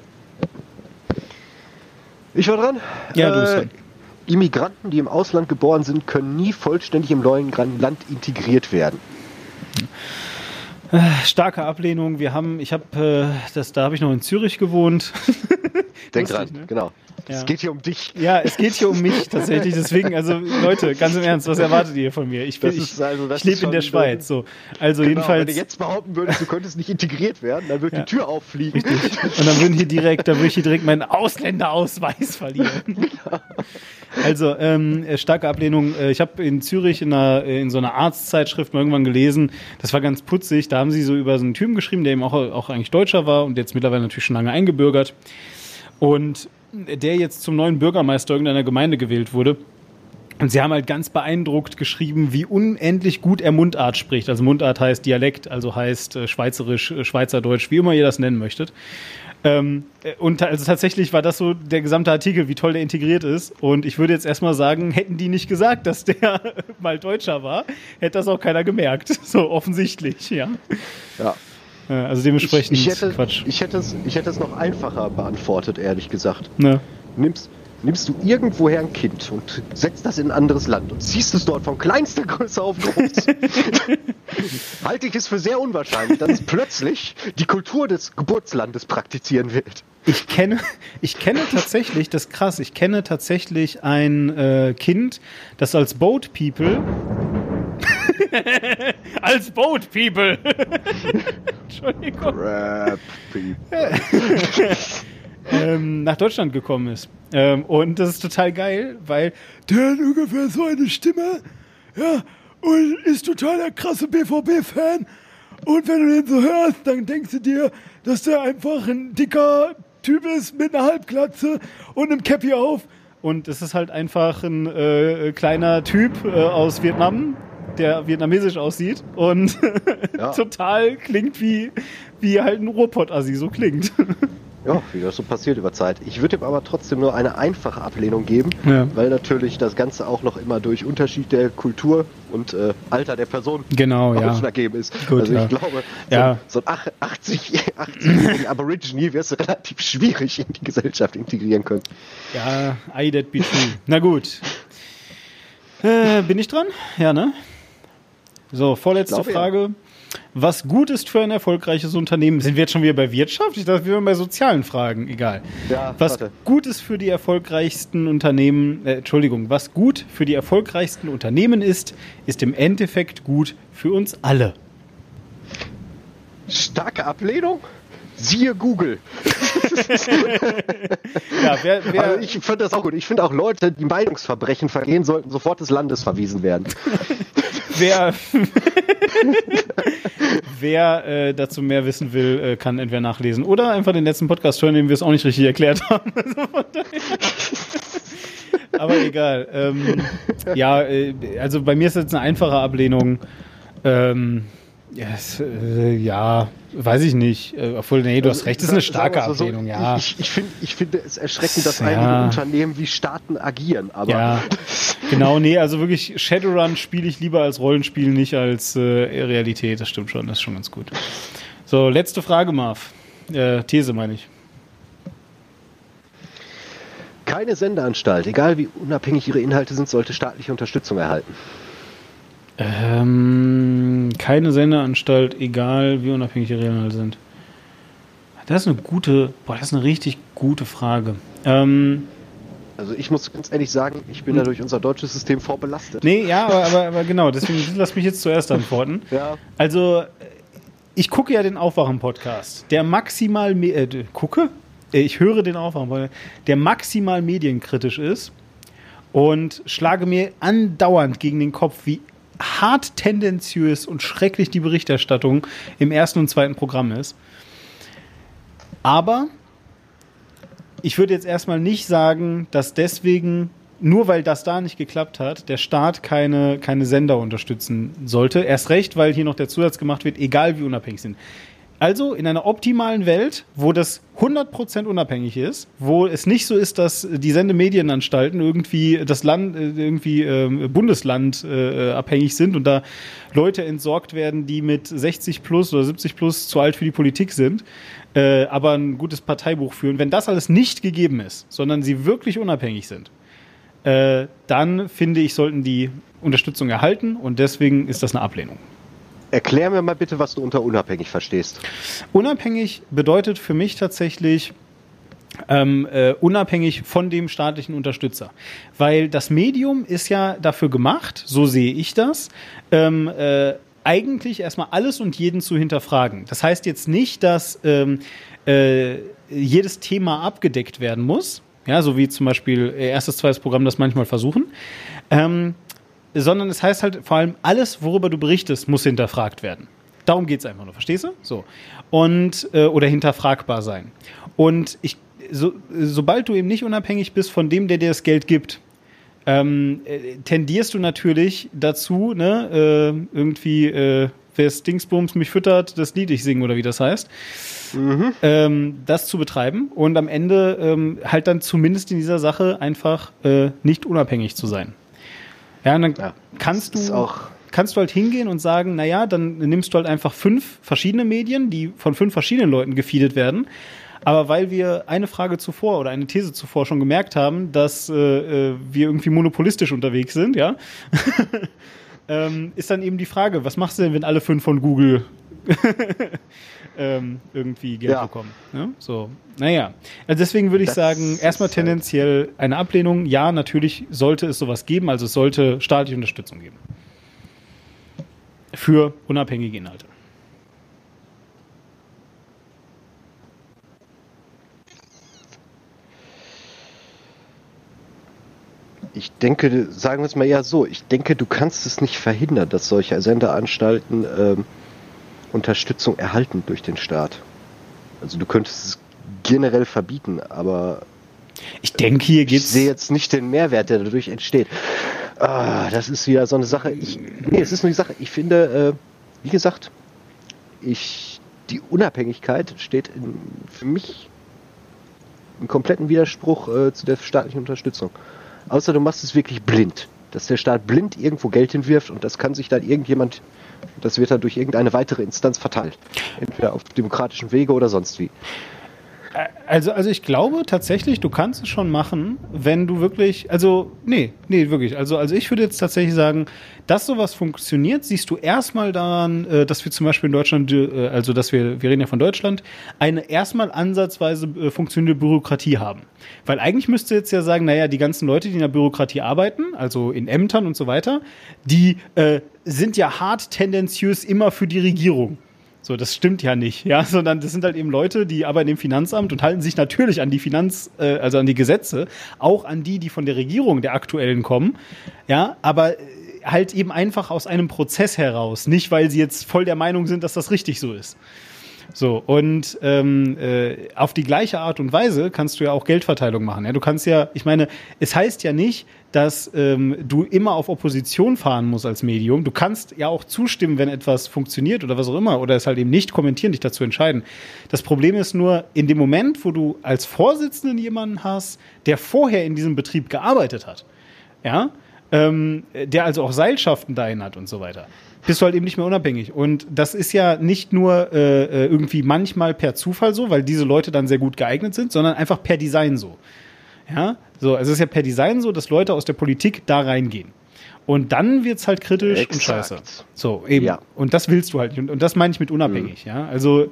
Ich war dran? Ja, du bist dran. Immigranten, die im Ausland geboren sind, können nie vollständig im neuen Land integriert werden. Äh, starke Ablehnung. Wir haben, ich habe, äh, das, da habe ich noch in Zürich gewohnt. Denk Lustig, dran, ne? genau. Ja. Es geht hier um dich. Ja, es geht hier um mich tatsächlich. Deswegen, also Leute, ganz im Ernst, was erwartet ihr von mir? Ich, bin, Das ich, ist also- das ich lebe ist in der schon, Schweiz. So, also Genau, jedenfalls. wenn du jetzt behaupten würdest, du könntest nicht integriert werden, dann würde Ja. die Tür auffliegen. Und dann würden hier direkt, dann würde ich hier direkt meinen Ausländerausweis verlieren. Also ähm, äh, starke Ablehnung. Äh, ich habe in Zürich in, einer, äh, in so einer Arztzeitschrift mal irgendwann gelesen, das war ganz putzig, da haben sie so über so einen Typen geschrieben, der eben auch, auch eigentlich Deutscher war und jetzt mittlerweile natürlich schon lange eingebürgert. Und der jetzt zum neuen Bürgermeister irgendeiner Gemeinde gewählt wurde. Und sie haben halt ganz beeindruckt geschrieben, wie unendlich gut er Mundart spricht. Also Mundart heißt Dialekt, also heißt äh, Schweizerisch, äh, Schweizerdeutsch, wie immer ihr das nennen möchtet. Ähm, und also tatsächlich war das so der gesamte Artikel, wie toll der integriert ist. Und ich würde jetzt erstmal sagen, hätten die nicht gesagt, dass der mal Deutscher war, hätte das auch keiner gemerkt. So offensichtlich, ja. Ja. Äh, Also dementsprechend Ich, ich, hätte, Quatsch. ich, hätte es, ich hätte es noch einfacher beantwortet, ehrlich gesagt. Ne? Nimmst, nimmst du irgendwoher ein Kind und setzt das in ein anderes Land und ziehst es dort von kleinster Größe auf groß. Halte ich es für sehr unwahrscheinlich, dass es plötzlich die Kultur des Geburtslandes praktizieren wird. Ich kenne, ich kenne tatsächlich, das ist krass, ich kenne tatsächlich ein äh, Kind, das als Boat People als Boat People Entschuldigung Rap ähm, nach Deutschland gekommen ist. Ähm, und das ist total geil, weil der hat ungefähr so eine Stimme, ja, und ist total der krasse B V B-Fan. Und wenn du den so hörst, dann denkst du dir, dass der einfach ein dicker Typ ist mit einer Halbglatze und einem Cappy auf. Und es ist halt einfach ein äh, kleiner Typ äh, aus Vietnam, der vietnamesisch aussieht und Ja. total klingt wie, wie halt ein Ruhrpott-Assi so klingt. Ja, wie das so passiert über Zeit. Ich würde ihm aber trotzdem nur eine einfache Ablehnung geben, Ja. weil natürlich das Ganze auch noch immer durch Unterschied der Kultur und äh, Alter der Person Genau, ja. ausschlaggebend ist. Gut, also ja. ich glaube, Ja. so, so ein achtzig, achtzig Aborigine wirst du relativ schwierig in die Gesellschaft integrieren können. Ja, I that be true. Na gut. Äh, bin ich dran? Ja, ne? So, vorletzte Ich glaube, Frage. Ja. Was gut ist für ein erfolgreiches Unternehmen? Sind wir jetzt schon wieder bei Wirtschaft? Ich dachte, wir wären bei sozialen Fragen. Egal. Ja, was warte. gut ist für die erfolgreichsten Unternehmen, äh, Entschuldigung, was gut für die erfolgreichsten Unternehmen ist, ist im Endeffekt gut für uns alle. Starke Ablehnung? Siehe Google. Ja, wer, wer, Also ich finde das auch gut. Ich finde auch Leute, die Meinungsverbrechen vergehen, sollten sofort des Landes verwiesen werden. Wer, wer äh, dazu mehr wissen will, äh, kann entweder nachlesen oder einfach den letzten Podcast hören, den wir es auch nicht richtig erklärt haben. Also von daher. Aber egal. Ähm, ja, äh, also bei mir ist jetzt eine einfache Ablehnung. Ähm, yes, äh, ja, weiß ich nicht. Äh, obwohl, nee, du hast recht, das ist eine starke Sagen wir es mal so, Ablehnung, ja. Ich, ich, find, ich finde es erschreckend, dass Ja. einige Unternehmen wie Staaten agieren. Aber Ja, genau, nee, also wirklich Shadowrun spiele ich lieber als Rollenspiel, nicht als äh, Realität, das stimmt schon, das ist schon ganz gut. So, letzte Frage, Marv. Äh, These meine ich. keine Sendeanstalt, egal wie unabhängig ihre Inhalte sind, sollte staatliche Unterstützung erhalten. Ähm, keine Sendeanstalt, egal wie unabhängig ihre Inhalte sind. Das ist eine gute, boah, das ist eine richtig gute Frage. Ähm, Also ich muss ganz ehrlich sagen, ich bin da durch unser deutsches System vorbelastet. nee, ja, aber, aber, aber genau, deswegen lass mich jetzt zuerst antworten. Ja. Also, ich gucke ja den Aufwachen-Podcast, der maximal, me- äh, gucke? Äh, Ich höre den Aufwachen-Podcast, der maximal medienkritisch ist und schlage mir andauernd gegen den Kopf, wie hart tendenziös und schrecklich die Berichterstattung im ersten und zweiten Programm ist. Aber ich würde jetzt erstmal nicht sagen, dass deswegen nur weil das da nicht geklappt hat, der Staat keine, keine Sender unterstützen sollte. Erst recht, weil hier noch der Zusatz gemacht wird, egal wie unabhängig sind. Also in einer optimalen Welt, wo das hundert Prozent unabhängig ist, wo es nicht so ist, dass die Sendemedienanstalten irgendwie das Land, irgendwie äh, Bundesland äh, abhängig sind und da Leute entsorgt werden, die mit sechzig plus oder siebzig plus zu alt für die Politik sind, äh, aber ein gutes Parteibuch führen. Wenn das alles nicht gegeben ist, sondern sie wirklich unabhängig sind, äh, dann finde ich, sollten die Unterstützung erhalten und deswegen ist das eine Ablehnung. Erklär mir mal bitte, was du unter unabhängig verstehst. Unabhängig bedeutet für mich tatsächlich ähm, äh, unabhängig von dem staatlichen Unterstützer. Weil das Medium ist ja dafür gemacht, so sehe ich das, ähm, äh, eigentlich erstmal alles und jeden zu hinterfragen. Das heißt jetzt nicht, dass ähm, äh, jedes Thema abgedeckt werden muss, ja, so wie zum Beispiel erstes, zweites Programm das manchmal versuchen, ähm, sondern es heißt halt vor allem, alles, worüber du berichtest, muss hinterfragt werden. Darum geht es einfach nur, verstehst du? So. Und, äh, oder hinterfragbar sein. Und ich, so, sobald du eben nicht unabhängig bist von dem, der dir das Geld gibt, ähm, äh, tendierst du natürlich dazu, ne, äh, irgendwie, äh, wer Dingsbums mich füttert, das Lied ich singen oder wie das heißt, mhm. ähm, das zu betreiben und am Ende ähm, halt dann zumindest in dieser Sache einfach äh, nicht unabhängig zu sein. Ja, und dann ja, kannst du auch kannst du halt hingehen und sagen, naja, dann nimmst du halt einfach fünf verschiedene Medien, die von fünf verschiedenen Leuten gefeedet werden. Aber weil wir eine Frage zuvor oder eine These zuvor schon gemerkt haben, dass äh, wir irgendwie monopolistisch unterwegs sind, ja, ähm, ist dann eben die Frage, was machst du denn, wenn alle fünf von Google ähm, irgendwie Geld ja. bekommen? Ja? So, naja. Also deswegen würde ich das sagen, erstmal tendenziell halt eine Ablehnung. Ja, natürlich sollte es sowas geben, also es sollte staatliche Unterstützung geben. Für unabhängige Inhalte. Ich denke, sagen wir es mal eher so, ich denke, du kannst es nicht verhindern, dass solche Senderanstalten ähm, Unterstützung erhalten durch den Staat. Also du könntest es generell verbieten, aber ich denke, hier geht's. Ich sehe jetzt nicht den Mehrwert, der dadurch entsteht. Ah, das ist wieder so eine Sache. Ich, nee, es ist nur die Sache. Ich finde, äh, wie gesagt, ich, die Unabhängigkeit steht in, für mich im kompletten Widerspruch äh, zu der staatlichen Unterstützung. Außer du machst es wirklich blind. Dass der Staat blind irgendwo Geld hinwirft und das kann sich dann irgendjemand, das wird dann durch irgendeine weitere Instanz verteilt. Entweder auf demokratischen Wege oder sonst wie. Also, also ich glaube tatsächlich, du kannst es schon machen, wenn du wirklich, also nee, nee, wirklich. Also, also ich würde jetzt tatsächlich sagen, dass sowas funktioniert, siehst du erstmal daran, dass wir zum Beispiel in Deutschland, also dass wir, wir reden ja von Deutschland, eine erstmal ansatzweise funktionierende Bürokratie haben. Weil eigentlich müsste jetzt ja sagen, naja, die ganzen Leute, die in der Bürokratie arbeiten, also in Ämtern und so weiter, die äh, sind ja hart tendenziös immer für die Regierung. So, das stimmt ja nicht, ja, sondern das sind halt eben Leute, die arbeiten im Finanzamt und halten sich natürlich an die Finanz, äh, also an die Gesetze, auch an die, die von der Regierung der aktuellen kommen, ja, aber halt eben einfach aus einem Prozess heraus, nicht weil sie jetzt voll der Meinung sind, dass das richtig so ist. So, und ähm, äh, auf die gleiche Art und Weise kannst du ja auch Geldverteilung machen. Ja? Du kannst ja, ich meine, es heißt ja nicht, dass ähm, du immer auf Opposition fahren musst als Medium. Du kannst ja auch zustimmen, wenn etwas funktioniert oder was auch immer, oder es halt eben nicht kommentieren, dich dazu entscheiden. Das Problem ist nur, in dem Moment, wo du als Vorsitzenden jemanden hast, der vorher in diesem Betrieb gearbeitet hat, ja, ähm, der also auch Seilschaften dahin hat und so weiter, bist du halt eben nicht mehr unabhängig. Und das ist ja nicht nur äh, irgendwie manchmal per Zufall so, weil diese Leute dann sehr gut geeignet sind, sondern einfach per Design so. Ja, so, also es ist ja per Design so, dass Leute aus der Politik da reingehen. Und dann wird's halt kritisch Exakt. und scheiße. So, eben. Ja. Und das willst du halt nicht. Und, und das meine ich mit unabhängig, mhm. ja. Also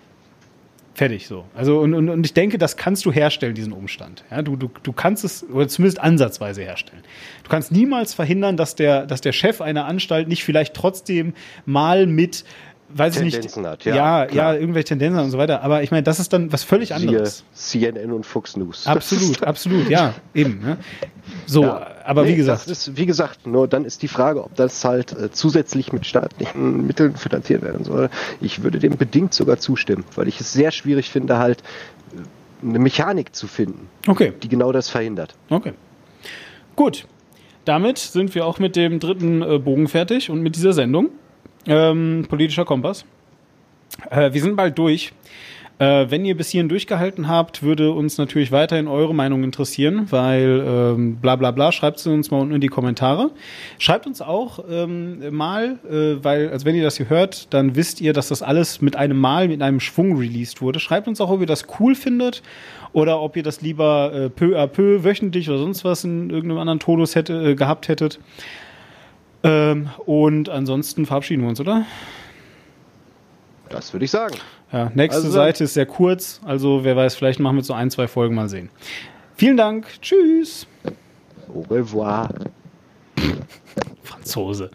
fertig so. Also und, und, und ich denke, das kannst du herstellen, diesen Umstand. Ja, du, du, du kannst es, oder zumindest ansatzweise herstellen. Du kannst niemals verhindern, dass der, dass der Chef einer Anstalt nicht vielleicht trotzdem mal mit, weiß ich nicht, hat, ja, ja, ja, irgendwelche Tendenzen und so weiter. Aber ich meine, das ist dann was völlig anderes. C N N und Fox News. Absolut, absolut, ja, eben. Ne? So, ja, aber nee, wie gesagt. Das ist, wie gesagt, nur dann ist die Frage, ob das halt äh, zusätzlich mit staatlichen Mitteln finanziert werden soll. Ich würde dem bedingt sogar zustimmen, weil ich es sehr schwierig finde, halt äh, eine Mechanik zu finden, okay. die genau das verhindert. Okay. Gut, damit sind wir auch mit dem dritten äh, Bogen fertig und mit dieser Sendung. Ähm, politischer Kompass. Äh, wir sind bald durch. Äh, wenn ihr bis hierhin durchgehalten habt, würde uns natürlich weiterhin eure Meinung interessieren, weil ähm, bla bla bla, schreibt es uns mal unten in die Kommentare. Schreibt uns auch ähm, mal, äh, weil, also wenn ihr das hier hört, dann wisst ihr, dass das alles mit einem Mal, mit einem Schwung released wurde. Schreibt uns auch, ob ihr das cool findet oder ob ihr das lieber äh, peu à peu, wöchentlich oder sonst was in irgendeinem anderen Tonus hätte, äh, gehabt hättet. Ähm, und ansonsten verabschieden wir uns, oder? Das würde ich sagen. Ja, nächste also, Seite ist sehr kurz, also wer weiß, vielleicht machen wir so ein, zwei Folgen mal sehen. Vielen Dank, tschüss. Au revoir. Franzose.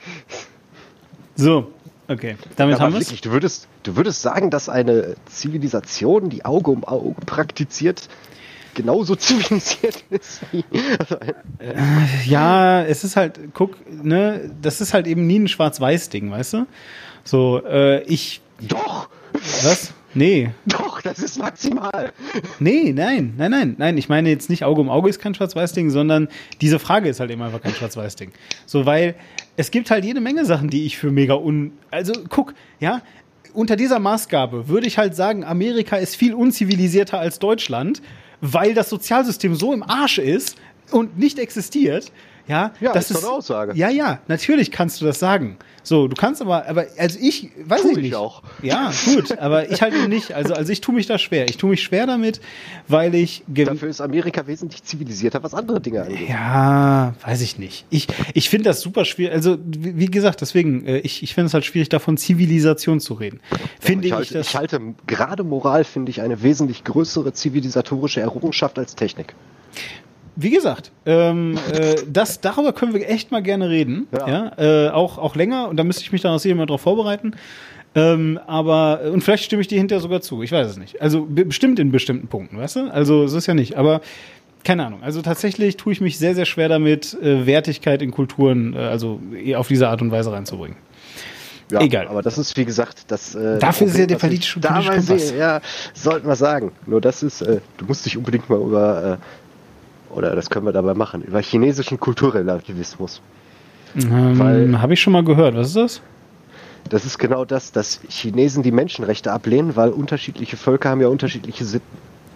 So, okay, damit Aber haben wir es. wirklich, du würdest, du würdest sagen, dass eine Zivilisation, die Auge um Auge praktiziert, genauso zivilisiert ist wie... Also ein Ja, es ist halt, guck, ne, das ist halt eben nie ein Schwarz-Weiß-Ding, weißt du? So, äh, ich... Doch! Was? Nee. Doch, das ist maximal. Nee, nein, nein, nein, nein. Ich meine jetzt nicht Auge um Auge ist kein Schwarz-Weiß-Ding, sondern diese Frage ist halt eben einfach kein Schwarz-Weiß-Ding. So, weil es gibt halt jede Menge Sachen, die ich für mega un... Also, guck, ja, unter dieser Maßgabe würde ich halt sagen, Amerika ist viel unzivilisierter als Deutschland, weil das Sozialsystem so im Arsch ist und nicht existiert. Ja, Ja, das ist doch eine Aussage. Ja, ja, natürlich kannst du das sagen. So, du kannst aber, aber also ich weiß Tu ich ich nicht. auch. Ja, gut, aber ich halt eben nicht. Also, also ich tue mich da schwer. Ich tue mich schwer damit, weil ich ge- Dafür ist Amerika wesentlich zivilisierter, was andere Dinge angeht. ja, weiß ich nicht. Ich, ich finde das super schwierig. Also, wie, wie gesagt, deswegen, äh, ich, ich finde es halt schwierig, davon Zivilisation zu reden. Finde ich, ich, halte, das. ich halte gerade Moral, finde ich, eine wesentlich größere zivilisatorische Errungenschaft als Technik. Wie gesagt, ähm, äh, das, darüber können wir echt mal gerne reden. Ja. Ja. Äh, auch, auch länger. Und da müsste ich mich dann auch sicher mal drauf vorbereiten. Ähm, aber, und vielleicht stimme ich dir hinterher sogar zu. Ich weiß es nicht. Also, bestimmt in bestimmten Punkten, weißt du? Also, es ist ja nicht. Aber, keine Ahnung. Also, tatsächlich tue ich mich sehr, sehr schwer damit, äh, Wertigkeit in Kulturen, äh, also, auf diese Art und Weise reinzubringen. Ja, Egal. Aber das ist, wie gesagt, das... Äh, Dafür ist ja der was ich politische- dabei politische Kompass. sehe, ja, sollten wir sagen. Nur das ist, äh, du musst dich unbedingt mal über... Äh, oder das können wir dabei machen, über chinesischen Kulturrelativismus. Weil- Ähm, Habe ich schon mal gehört. Was ist das? Das ist genau das, dass Chinesen die Menschenrechte ablehnen, weil unterschiedliche Völker haben ja unterschiedliche Sitten.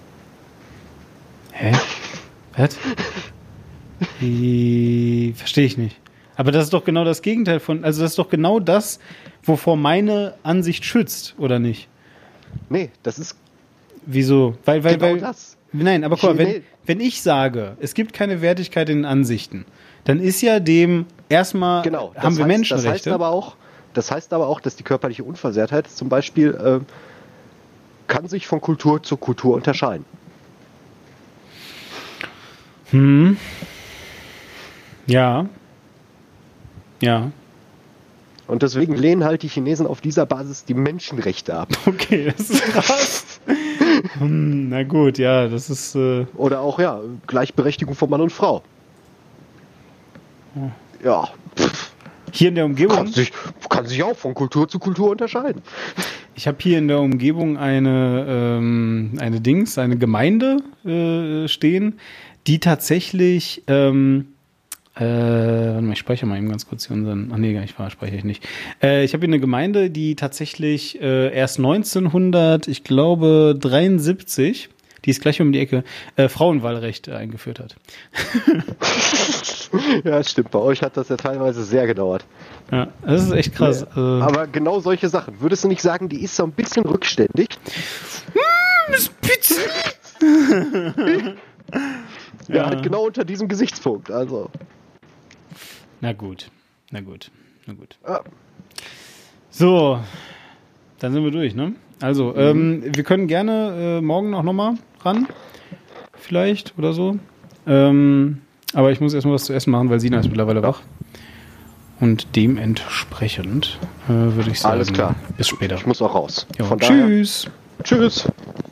Hä? Was? Wie- Verstehe ich nicht. Aber das ist doch genau das Gegenteil von, also das ist doch genau das, wovor meine Ansicht schützt, oder nicht? Nee, das ist Wieso? Weil, weil, genau weil. das. Nein, aber guck mal, wenn, Chine- wenn ich sage, es gibt keine Wertigkeit in den Ansichten, dann ist ja dem erstmal, Genau. Das haben wir heißt, Menschenrechte. Das heißt aber auch, das heißt aber auch, dass die körperliche Unversehrtheit zum Beispiel äh, kann sich von Kultur zu Kultur unterscheiden. Hm. Ja. Ja. Und deswegen lehnen halt die Chinesen auf dieser Basis die Menschenrechte ab. Okay, das ist krass. hm, na gut, ja, das ist. Äh, Oder auch, ja, Gleichberechtigung von Mann und Frau. Ja, pff, hier in der Umgebung. kann sich, kann sich auch von Kultur zu Kultur unterscheiden. Ich habe hier in der Umgebung eine, ähm, eine Dings, eine Gemeinde äh, stehen, die tatsächlich, ähm, äh, warte mal, ich speichere mal eben ganz kurz hier unseren, ach nee, gar nicht wahr, speichere ich nicht. Äh, ich habe hier eine Gemeinde, die tatsächlich äh, erst neunzehnhundert, ich glaube dreiundsiebzig, die ist gleich um die Ecke, äh, Frauenwahlrecht äh, eingeführt hat. Ja, stimmt. Bei euch hat das ja teilweise sehr gedauert. Ja, das ist echt krass. Nee, äh, aber genau solche Sachen. Würdest du nicht sagen, die ist so ein bisschen rückständig? Ja, Ja. halt genau unter diesem Gesichtspunkt. Also. Na gut, na gut, na gut. Ja. So, dann sind wir durch, ne? Also, mhm. ähm, wir können gerne äh, morgen auch nochmal ran. Vielleicht oder so. Ähm, aber ich muss erstmal was zu essen machen, weil Sina ist mittlerweile wach. Und dementsprechend äh, würde ich sagen, Alles klar. bis später. Ich muss auch raus. Jo, Von tschüss. Daher, tschüss.